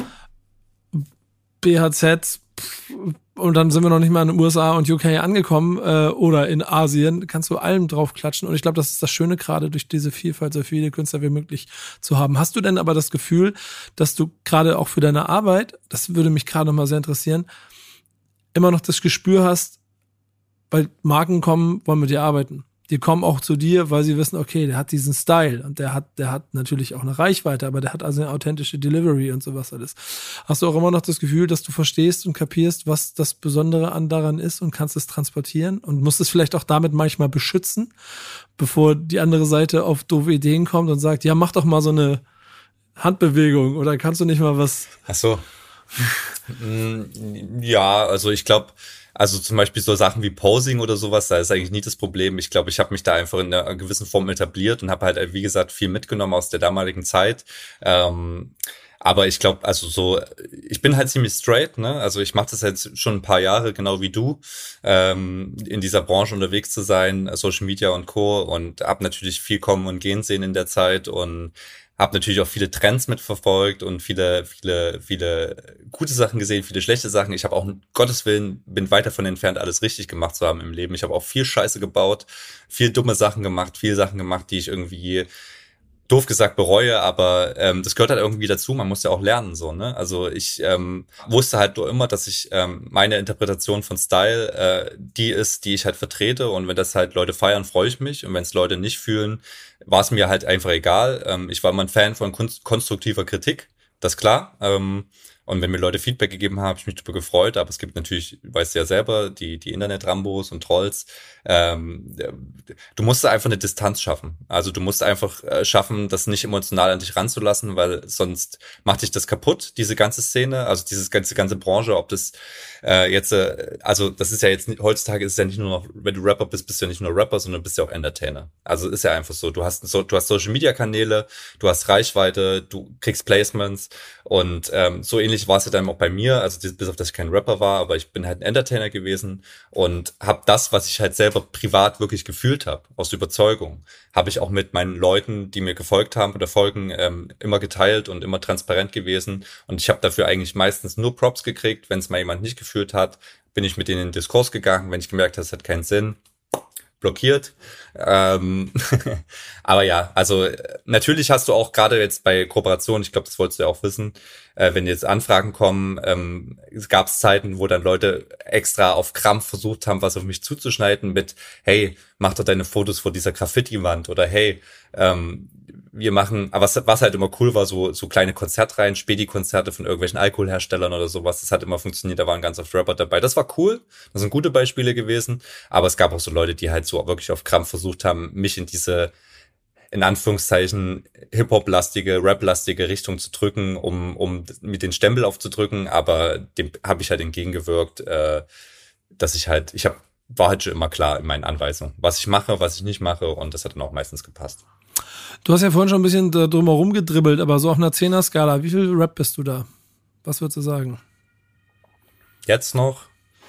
BHZ und dann sind wir noch nicht mal in den USA und UK angekommen oder in Asien, kannst du allem drauf klatschen und ich glaube, das ist das Schöne, gerade durch diese Vielfalt so viele Künstler wie möglich zu haben. Hast du denn aber das Gefühl, dass du gerade auch für deine Arbeit, das würde mich gerade mal sehr interessieren, immer noch das Gespür hast, weil Marken kommen, wollen mit dir arbeiten. Die kommen auch zu dir, weil sie wissen, okay, der hat diesen Style und der hat natürlich auch eine Reichweite, aber der hat also eine authentische Delivery und sowas alles. Hast du auch immer noch das Gefühl, dass du verstehst und kapierst, was das Besondere daran ist und kannst es transportieren und musst es vielleicht auch damit manchmal beschützen, bevor die andere Seite auf doofe Ideen kommt und sagt, ja, mach doch mal so eine Handbewegung oder kannst du nicht mal was? Ach so. Ja, also ich glaube, also zum Beispiel so Sachen wie Posing oder sowas, da ist eigentlich nie das Problem. Ich glaube, ich habe mich da einfach in einer gewissen Form etabliert und habe halt, wie gesagt, viel mitgenommen aus der damaligen Zeit. Aber ich glaube, also so, ich bin halt ziemlich straight, ne? Also ich mache das jetzt schon ein paar Jahre, genau wie du, in dieser Branche unterwegs zu sein, Social Media und Co. Und habe natürlich viel kommen und gehen sehen in der Zeit und habe natürlich auch viele Trends mitverfolgt und viele gute Sachen gesehen, viele schlechte Sachen. Ich habe auch, um Gottes Willen, bin weit davon entfernt, alles richtig gemacht zu haben im Leben. Ich habe auch viel Scheiße gebaut, viel dumme Sachen gemacht, viele Sachen gemacht, die ich irgendwie doof gesagt bereue, aber das gehört halt irgendwie dazu, man muss ja auch lernen, so, ne? Also ich wusste halt nur immer, dass ich meine Interpretation von Style die ist, die ich halt vertrete, und wenn das halt Leute feiern, freue ich mich, und wenn es Leute nicht fühlen, war es mir halt einfach egal. Ich war immer ein Fan von konstruktiver Kritik, das ist klar. Und wenn mir Leute Feedback gegeben haben, habe ich mich darüber gefreut. Aber es gibt natürlich, weißt du ja selber, die Internet-Rambos und Trolls. Du musst einfach eine Distanz schaffen. Also du musst einfach schaffen, das nicht emotional an dich ranzulassen, weil sonst macht dich das kaputt, diese ganze Szene, also diese ganze Branche, ob das also das ist ja jetzt, heutzutage ist es ja nicht nur noch, wenn du Rapper bist, bist du ja nicht nur Rapper, sondern bist ja auch Entertainer. Also ist ja einfach so, du hast Social-Media-Kanäle, du hast Reichweite, du kriegst Placements, und so ähnlich war es ja dann auch bei mir, also bis auf, dass ich kein Rapper war, aber ich bin halt ein Entertainer gewesen und habe das, was ich halt selber privat wirklich gefühlt habe, aus Überzeugung, habe ich auch mit meinen Leuten, die mir gefolgt haben oder folgen, immer geteilt und immer transparent gewesen, und ich habe dafür eigentlich meistens nur Props gekriegt. Wenn es mal jemand nicht gefühlt hat, bin ich mit denen in den Diskurs gegangen, wenn ich gemerkt habe, es hat keinen Sinn, blockiert. Aber ja, also natürlich hast du auch gerade jetzt bei Kooperationen, ich glaube, das wolltest du ja auch wissen, wenn jetzt Anfragen kommen, es gab Zeiten, wo dann Leute extra auf Krampf versucht haben, was auf mich zuzuschneiden mit, hey, mach doch deine Fotos vor dieser Graffiti-Wand, oder hey, wir machen, aber was halt immer cool war, so kleine Konzertreihen, Spedi-Konzerte von irgendwelchen Alkoholherstellern oder sowas, das hat immer funktioniert, da waren ganz oft Rapper dabei. Das war cool, das sind gute Beispiele gewesen, aber es gab auch so Leute, die halt so wirklich auf Krampf versucht haben, mich in diese, in Anführungszeichen, Hip-Hop-lastige, Rap-lastige Richtung zu drücken, um mit den Stempel aufzudrücken, aber dem habe ich halt entgegengewirkt, dass war halt schon immer klar in meinen Anweisungen, was ich mache, was ich nicht mache, und das hat dann auch meistens gepasst. Du hast ja vorhin schon ein bisschen drumherum gedribbelt, aber so auf einer 10er-Skala, wie viel Rap bist du da? Was würdest du sagen? Jetzt noch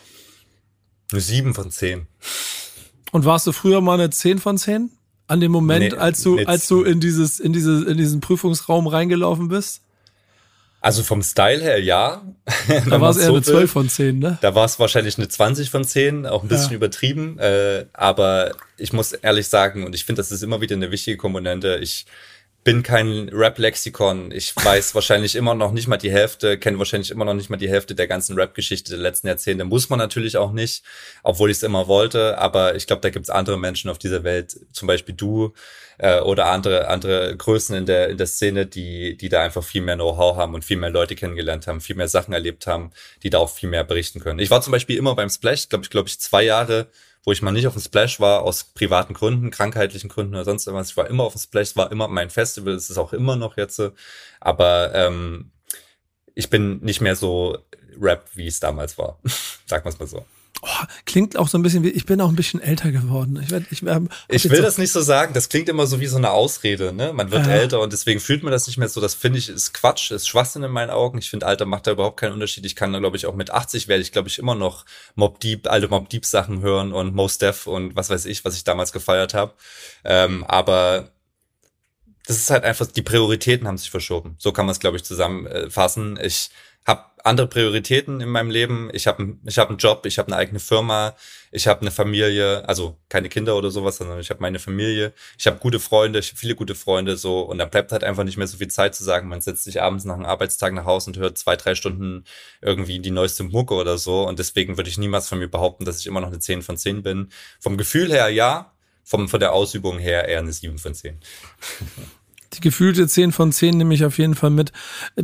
eine 7 von 10. Und warst du früher mal eine 10 von 10? An dem Moment, als du in diesen Prüfungsraum reingelaufen bist? Also vom Style her, ja. Da war es eher eine 12 von 10, ne? Da war es wahrscheinlich eine 20 von 10, auch ein bisschen übertrieben. Aber ich muss ehrlich sagen, und ich finde, das ist immer wieder eine wichtige Komponente, ich bin kein Rap-Lexikon. Ich weiß wahrscheinlich immer noch nicht mal die Hälfte, kenne wahrscheinlich immer noch nicht mal die Hälfte der ganzen Rap-Geschichte der letzten Jahrzehnte. Muss man natürlich auch nicht, obwohl ich es immer wollte. Aber ich glaube, da gibt es andere Menschen auf dieser Welt, zum Beispiel du, oder andere Größen in der Szene, die da einfach viel mehr Know-how haben und viel mehr Leute kennengelernt haben, viel mehr Sachen erlebt haben, die da auch viel mehr berichten können. Ich war zum Beispiel immer beim Splash, glaube ich 2 Jahre, wo ich mal nicht auf dem Splash war, aus privaten Gründen, krankheitlichen Gründen oder sonst irgendwas. Ich war immer auf dem Splash, war immer mein Festival, es ist auch immer noch jetzt. Aber ich bin nicht mehr so Rap, wie es damals war. Sagen wir es mal so. Oh, klingt auch so ein bisschen wie, ich bin auch ein bisschen älter geworden. Ich will das nicht so sagen, das klingt immer so wie so eine Ausrede, ne? Man wird älter und deswegen fühlt man das nicht mehr so. Das finde ich, ist Quatsch, ist Schwachsinn in meinen Augen. Ich finde, Alter macht da überhaupt keinen Unterschied. Ich kann da, glaube ich, auch mit 80 werde ich, glaube ich, immer noch alte Mobb Deep Sachen hören und Mos Def und was weiß ich, was ich damals gefeiert habe. Aber das ist halt einfach, die Prioritäten haben sich verschoben. So kann man es, glaube ich, zusammenfassen. Ich habe andere Prioritäten in meinem Leben. Ich habe einen Job, ich habe eine eigene Firma, ich habe eine Familie, also keine Kinder oder sowas, sondern ich habe meine Familie. Ich habe gute Freunde, ich habe viele gute Freunde, so, und da bleibt halt einfach nicht mehr so viel Zeit zu sagen, man setzt sich abends nach einem Arbeitstag nach Hause und hört 2-3 Stunden irgendwie die neueste Mucke oder so, und deswegen würde ich niemals von mir behaupten, dass ich immer noch eine 10 von 10 bin. Vom Gefühl her ja, von der Ausübung her eher eine 7 von 10. Die gefühlte 10 von 10 nehme ich auf jeden Fall mit.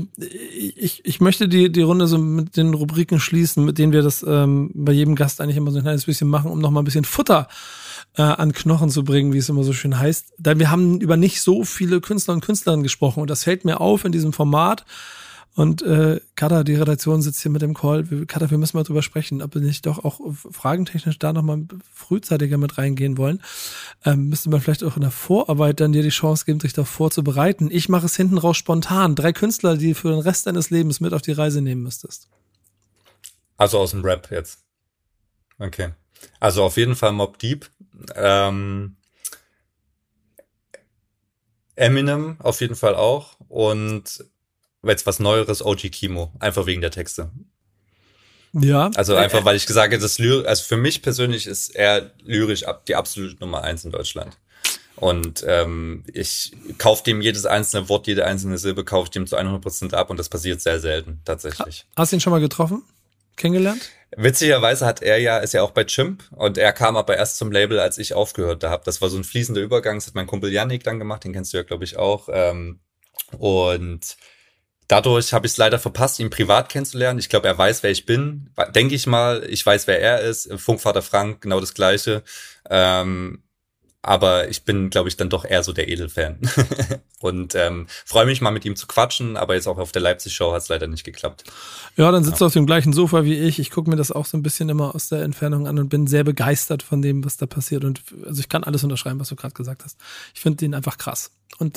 Ich möchte die Runde so mit den Rubriken schließen, mit denen wir das bei jedem Gast eigentlich immer so ein kleines bisschen machen, um noch mal ein bisschen Futter an Knochen zu bringen, wie es immer so schön heißt. Denn wir haben über nicht so viele Künstler und Künstlerinnen gesprochen, und das fällt mir auf in diesem Format, Und Katar, die Redaktion sitzt hier mit dem Call. Katar, wir müssen mal drüber sprechen, ob wir nicht doch auch fragentechnisch da nochmal frühzeitiger mit reingehen wollen. Müsste man vielleicht auch in der Vorarbeit dann dir die Chance geben, sich da vorzubereiten. Ich mache es hinten raus spontan. 3 Künstler, die du für den Rest deines Lebens mit auf die Reise nehmen müsstest. Also aus dem Rap jetzt. Okay. Also auf jeden Fall Mobb Deep. Eminem auf jeden Fall auch. Und jetzt was Neueres, OG Kimo. Einfach wegen der Texte. Ja. Also einfach, weil ich gesagt habe, also für mich persönlich ist er lyrisch die absolute Nummer 1 in Deutschland. Und ich kaufe dem jedes einzelne Wort, jede einzelne Silbe kaufe ich dem zu 100% ab und das passiert sehr selten, tatsächlich. Hast du ihn schon mal getroffen? Kennengelernt? Witzigerweise ist ja auch bei Chimp und er kam aber erst zum Label, als ich aufgehört habe. Das war so ein fließender Übergang, das hat mein Kumpel Yannick dann gemacht, den kennst du ja, glaube ich, auch. Und dadurch habe ich es leider verpasst, ihn privat kennenzulernen. Ich glaube, er weiß, wer ich bin, denke ich mal. Ich weiß, wer er ist. Funkvater Frank, genau das Gleiche. Aber ich bin, glaube ich, dann doch eher so der Edelfan. Und freue mich mal mit ihm zu quatschen, aber jetzt auch auf der Leipzig-Show hat es leider nicht geklappt. Ja, dann sitzt du auf dem gleichen Sofa wie ich. Ich gucke mir das auch so ein bisschen immer aus der Entfernung an und bin sehr begeistert von dem, was da passiert. Und also ich kann alles unterschreiben, was du gerade gesagt hast. Ich finde den einfach krass. Und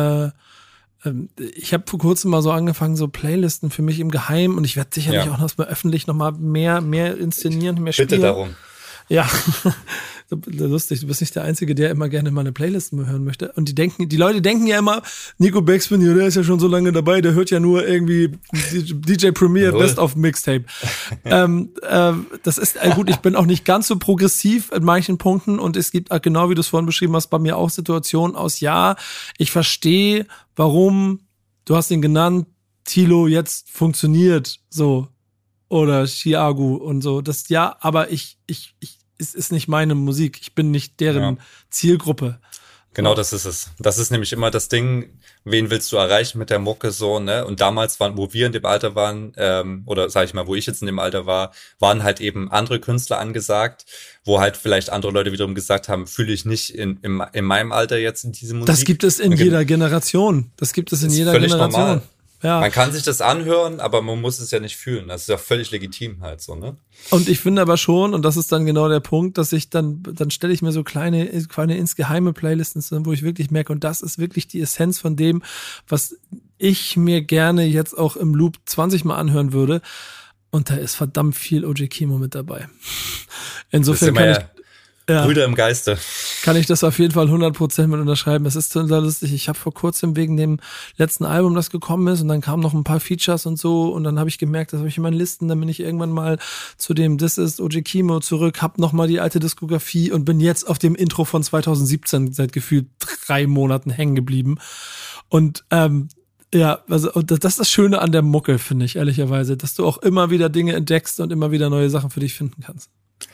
ich habe vor kurzem mal so angefangen, so Playlisten für mich im Geheimen und ich werde sicherlich auch noch mal öffentlich noch mal mehr inszenieren, mehr spielen. Bitte darum. Ja, lustig, du bist nicht der Einzige, der immer gerne mal eine Playlist hören möchte. Und die Leute denken ja immer, Nico Backspin, der ist ja schon so lange dabei, der hört ja nur irgendwie DJ Premier Best of Mixtape. Das ist, gut, ich bin auch nicht ganz so progressiv in manchen Punkten und es gibt, genau wie du es vorhin beschrieben hast, bei mir auch Situationen aus, ja, ich verstehe, warum, du hast ihn genannt, Tilo jetzt funktioniert, so. Oder Chiago und so. Das, ja, aber es ist nicht meine Musik. Ich bin nicht deren Zielgruppe. Genau, das ist es. Das ist nämlich immer das Ding, wen willst du erreichen mit der Mucke so, ne? Und damals wo wir in dem Alter waren, oder sag ich mal, wo ich jetzt in dem Alter war, waren halt eben andere Künstler angesagt, wo halt vielleicht andere Leute wiederum gesagt haben, fühle ich nicht in meinem Alter jetzt in diese Musik. Das gibt es in jeder Generation. Das gibt es in jeder Generation. Normal. Ja. Man kann sich das anhören, aber man muss es ja nicht fühlen. Das ist ja völlig legitim halt so, ne? Und ich finde aber schon, und das ist dann genau der Punkt, dass ich dann stelle ich mir so kleine insgeheime Playlisten zusammen, wo ich wirklich merke, und das ist wirklich die Essenz von dem, was ich mir gerne jetzt auch im Loop 20 Mal anhören würde. Und da ist verdammt viel OG Kimo mit dabei. Insofern Brüder im Geiste. Kann ich das auf jeden Fall 100% mit unterschreiben. Es ist total lustig. Ich habe vor kurzem wegen dem letzten Album, das gekommen ist, und dann kamen noch ein paar Features und so, und dann habe ich gemerkt, das habe ich in meinen Listen, dann bin ich irgendwann mal zu dem This is OG Kimo zurück, hab noch mal die alte Diskografie und bin jetzt auf dem Intro von 2017 seit gefühlt 3 Monaten hängen geblieben. Und ja, also das ist das Schöne an der Mucke, finde ich, ehrlicherweise, dass du auch immer wieder Dinge entdeckst und immer wieder neue Sachen für dich finden kannst.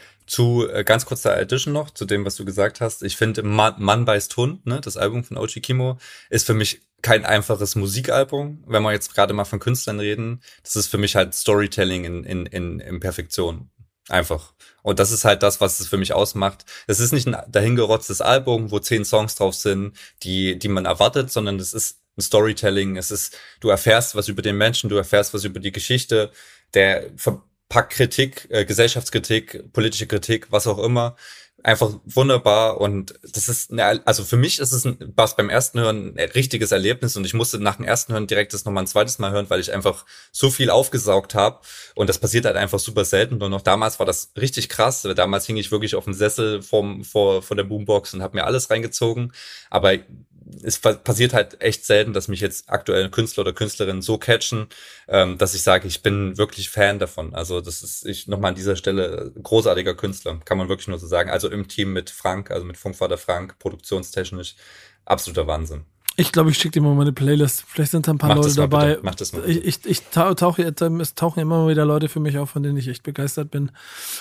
Zu ganz kurzer Addition noch, zu dem, was du gesagt hast. Ich finde, Mann beißt Hund, ne, das Album von OG Kimo, ist für mich kein einfaches Musikalbum. Wenn wir jetzt gerade mal von Künstlern reden, das ist für mich halt Storytelling in Perfektion. Einfach. Und das ist halt das, was es für mich ausmacht. Es ist nicht ein dahingerotztes Album, wo 10 Songs drauf sind, die man erwartet, sondern es ist ein Storytelling. Du erfährst was über den Menschen, du erfährst was über die Geschichte, der packt Kritik, Gesellschaftskritik, politische Kritik, was auch immer, einfach wunderbar. Und das ist, also für mich ist es was beim ersten Hören ein richtiges Erlebnis, und ich musste nach dem ersten Hören direkt das nochmal ein zweites Mal hören, weil ich einfach so viel aufgesaugt habe, und das passiert halt einfach super selten. Und noch damals war das richtig krass. Damals hing ich wirklich auf dem Sessel vor der Boombox und habe mir alles reingezogen, aber es passiert halt echt selten, dass mich jetzt aktuell Künstler oder Künstlerinnen so catchen, dass ich sage, ich bin wirklich Fan davon. Also das ist nochmal an dieser Stelle großartiger Künstler, kann man wirklich nur so sagen. Also im Team mit Frank, also mit Funkvater Frank, produktionstechnisch absoluter Wahnsinn. Ich glaube, ich schicke dir mal meine Playlist. Vielleicht sind da ein paar Leute dabei. Mach das mal. Es tauchen immer mal wieder Leute für mich auf, von denen ich echt begeistert bin.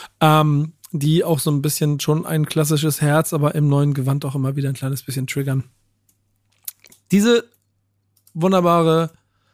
Die auch so ein bisschen schon ein klassisches Herz, aber im neuen Gewand auch immer wieder ein kleines bisschen triggern. Diese wunderbare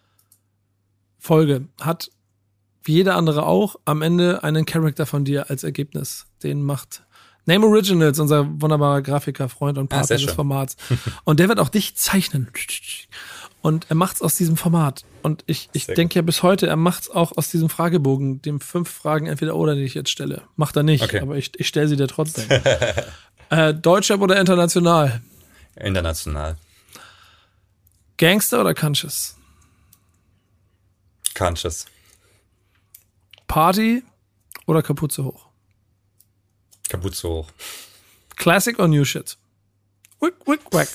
Folge hat, wie jede andere auch, am Ende einen Charakter von dir als Ergebnis. Den macht Name Originals, unser wunderbarer Grafiker, Freund und Partner des Formats. Und der wird auch dich zeichnen. Und er macht's aus diesem Format. Und ich denke ja bis heute, er macht's auch aus diesem Fragebogen, dem 5 Fragen entweder oder, die ich jetzt stelle. Macht er nicht, okay. Aber ich stelle sie dir trotzdem. Deutschrap oder international? International. Gangster oder Conscious? Conscious. Party oder Kapuze hoch? Kapuze hoch. Classic or New Shit? Wick, wick, wack.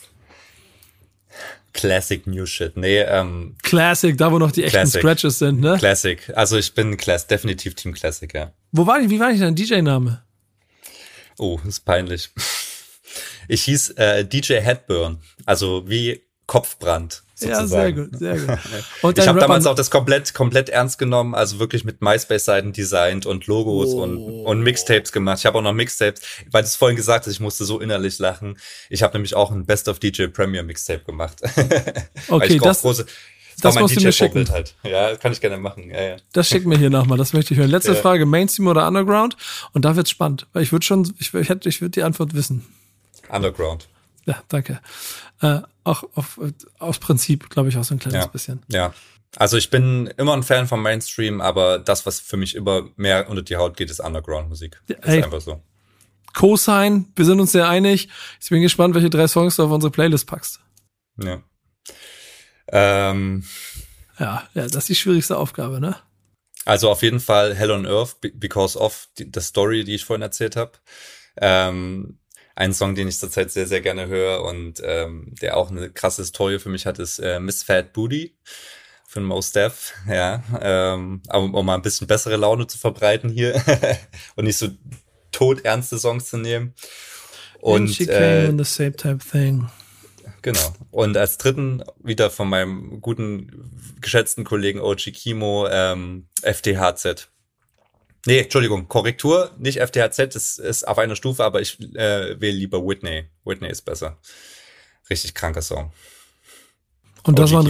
Classic New Shit. Nee, Classic, da wo noch die echten Scratches sind, ne? Classic. Also ich bin definitiv Team Classic, ja. Wie war nicht dein DJ-Name? Oh, ist peinlich. Ich hieß DJ Headburn, also wie Kopfbrand sozusagen. Ja, sehr gut. Und ich habe damals auch das komplett ernst genommen, also wirklich mit MySpace-Seiten designt und Logos und Mixtapes gemacht. Ich habe auch noch Mixtapes, weil du es vorhin gesagt hast, ich musste so innerlich lachen. Ich habe nämlich auch ein Best of DJ Premier Mixtape gemacht. Okay, das musst du mir schicken. Halt. Ja, kann ich gerne machen. Ja. Das schick mir hier nochmal, das möchte ich hören. Letzte Frage, Mainstream oder Underground? Und da wird's spannend, weil ich würde die Antwort wissen. Underground. Ja, danke. Auch aus Prinzip, glaube ich, auch so ein kleines bisschen. Ja, also ich bin immer ein Fan vom Mainstream, aber das, was für mich immer mehr unter die Haut geht, ist Underground-Musik. Ja, ist einfach so. Cosign, wir sind uns sehr einig. Ich bin gespannt, welche 3 Songs du auf unsere Playlist packst. Ja. Ja, das ist die schwierigste Aufgabe, ne? Also auf jeden Fall Hell on Earth, because of the Story, die ich vorhin erzählt habe. Ein Song, den ich zurzeit sehr, sehr gerne höre und der auch eine krasse Historie für mich hat, ist Miss Fat Booty von Mos Def. Ja, aber um mal ein bisschen bessere Laune zu verbreiten hier und nicht so todernste Songs zu nehmen. Und she came in the same type thing. Genau. Und als dritten wieder von meinem guten, geschätzten Kollegen OG Kimo, FTHZ. Nee, Entschuldigung, Korrektur, nicht FTHZ, das ist auf einer Stufe, aber ich wähle lieber Whitney. Whitney ist besser. Richtig kranker Song. Und das war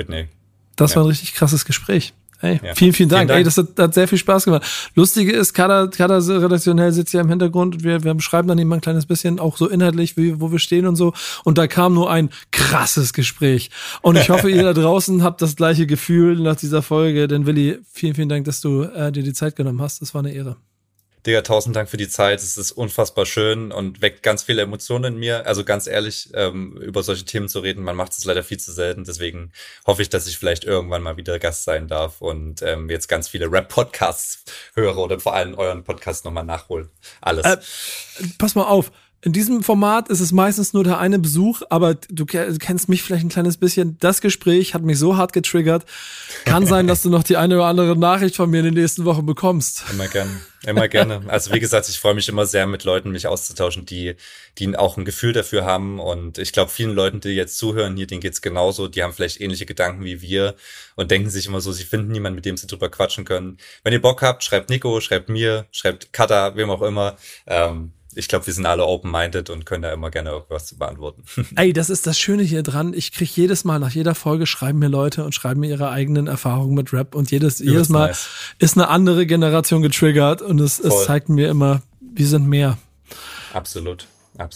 ein richtig krasses Gespräch. Hey, ja. Vielen Dank. Ey, das hat sehr viel Spaß gemacht. Lustige ist, Kader redaktionell sitzt ja im Hintergrund und wir beschreiben dann immer ein kleines bisschen auch so inhaltlich, wo wir stehen und so. Und da kam nur ein krasses Gespräch. Und ich hoffe, ihr da draußen habt das gleiche Gefühl nach dieser Folge. Denn Willi, vielen Dank, dass du dir die Zeit genommen hast. Das war eine Ehre. Digga, 1000 Dank für die Zeit. Es ist unfassbar schön und weckt ganz viele Emotionen in mir. Also ganz ehrlich, über solche Themen zu reden, man macht es leider viel zu selten. Deswegen hoffe ich, dass ich vielleicht irgendwann mal wieder Gast sein darf und jetzt ganz viele Rap-Podcasts höre oder vor allem euren Podcast nochmal nachholen. Alles. Pass mal auf. In diesem Format ist es meistens nur der eine Besuch, aber du kennst mich vielleicht ein kleines bisschen. Das Gespräch hat mich so hart getriggert. Kann sein, dass du noch die eine oder andere Nachricht von mir in den nächsten Wochen bekommst. Immer gerne. Also wie gesagt, ich freue mich immer sehr, mit Leuten mich auszutauschen, die auch ein Gefühl dafür haben. Und ich glaube, vielen Leuten, die jetzt zuhören hier, denen geht's genauso. Die haben vielleicht ähnliche Gedanken wie wir und denken sich immer so, sie finden niemanden, mit dem sie drüber quatschen können. Wenn ihr Bock habt, schreibt Nico, schreibt mir, schreibt Kata, wem auch immer. Ich glaube, wir sind alle open-minded und können da immer gerne irgendwas zu beantworten. Ey, das ist das Schöne hier dran. Ich kriege jedes Mal, nach jeder Folge schreiben mir Leute und schreiben mir ihre eigenen Erfahrungen mit Rap und jedes Mal nice. Ist eine andere Generation getriggert und es zeigt mir immer, wir sind mehr. Absolut.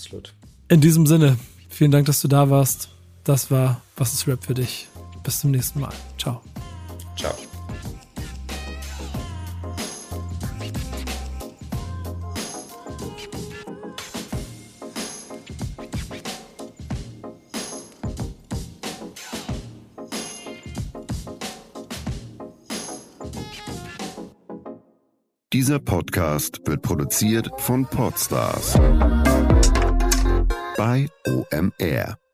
In diesem Sinne, vielen Dank, dass du da warst. Das war Was ist Rap für dich? Bis zum nächsten Mal. Ciao. Ciao. Dieser Podcast wird produziert von Podstars bei OMR.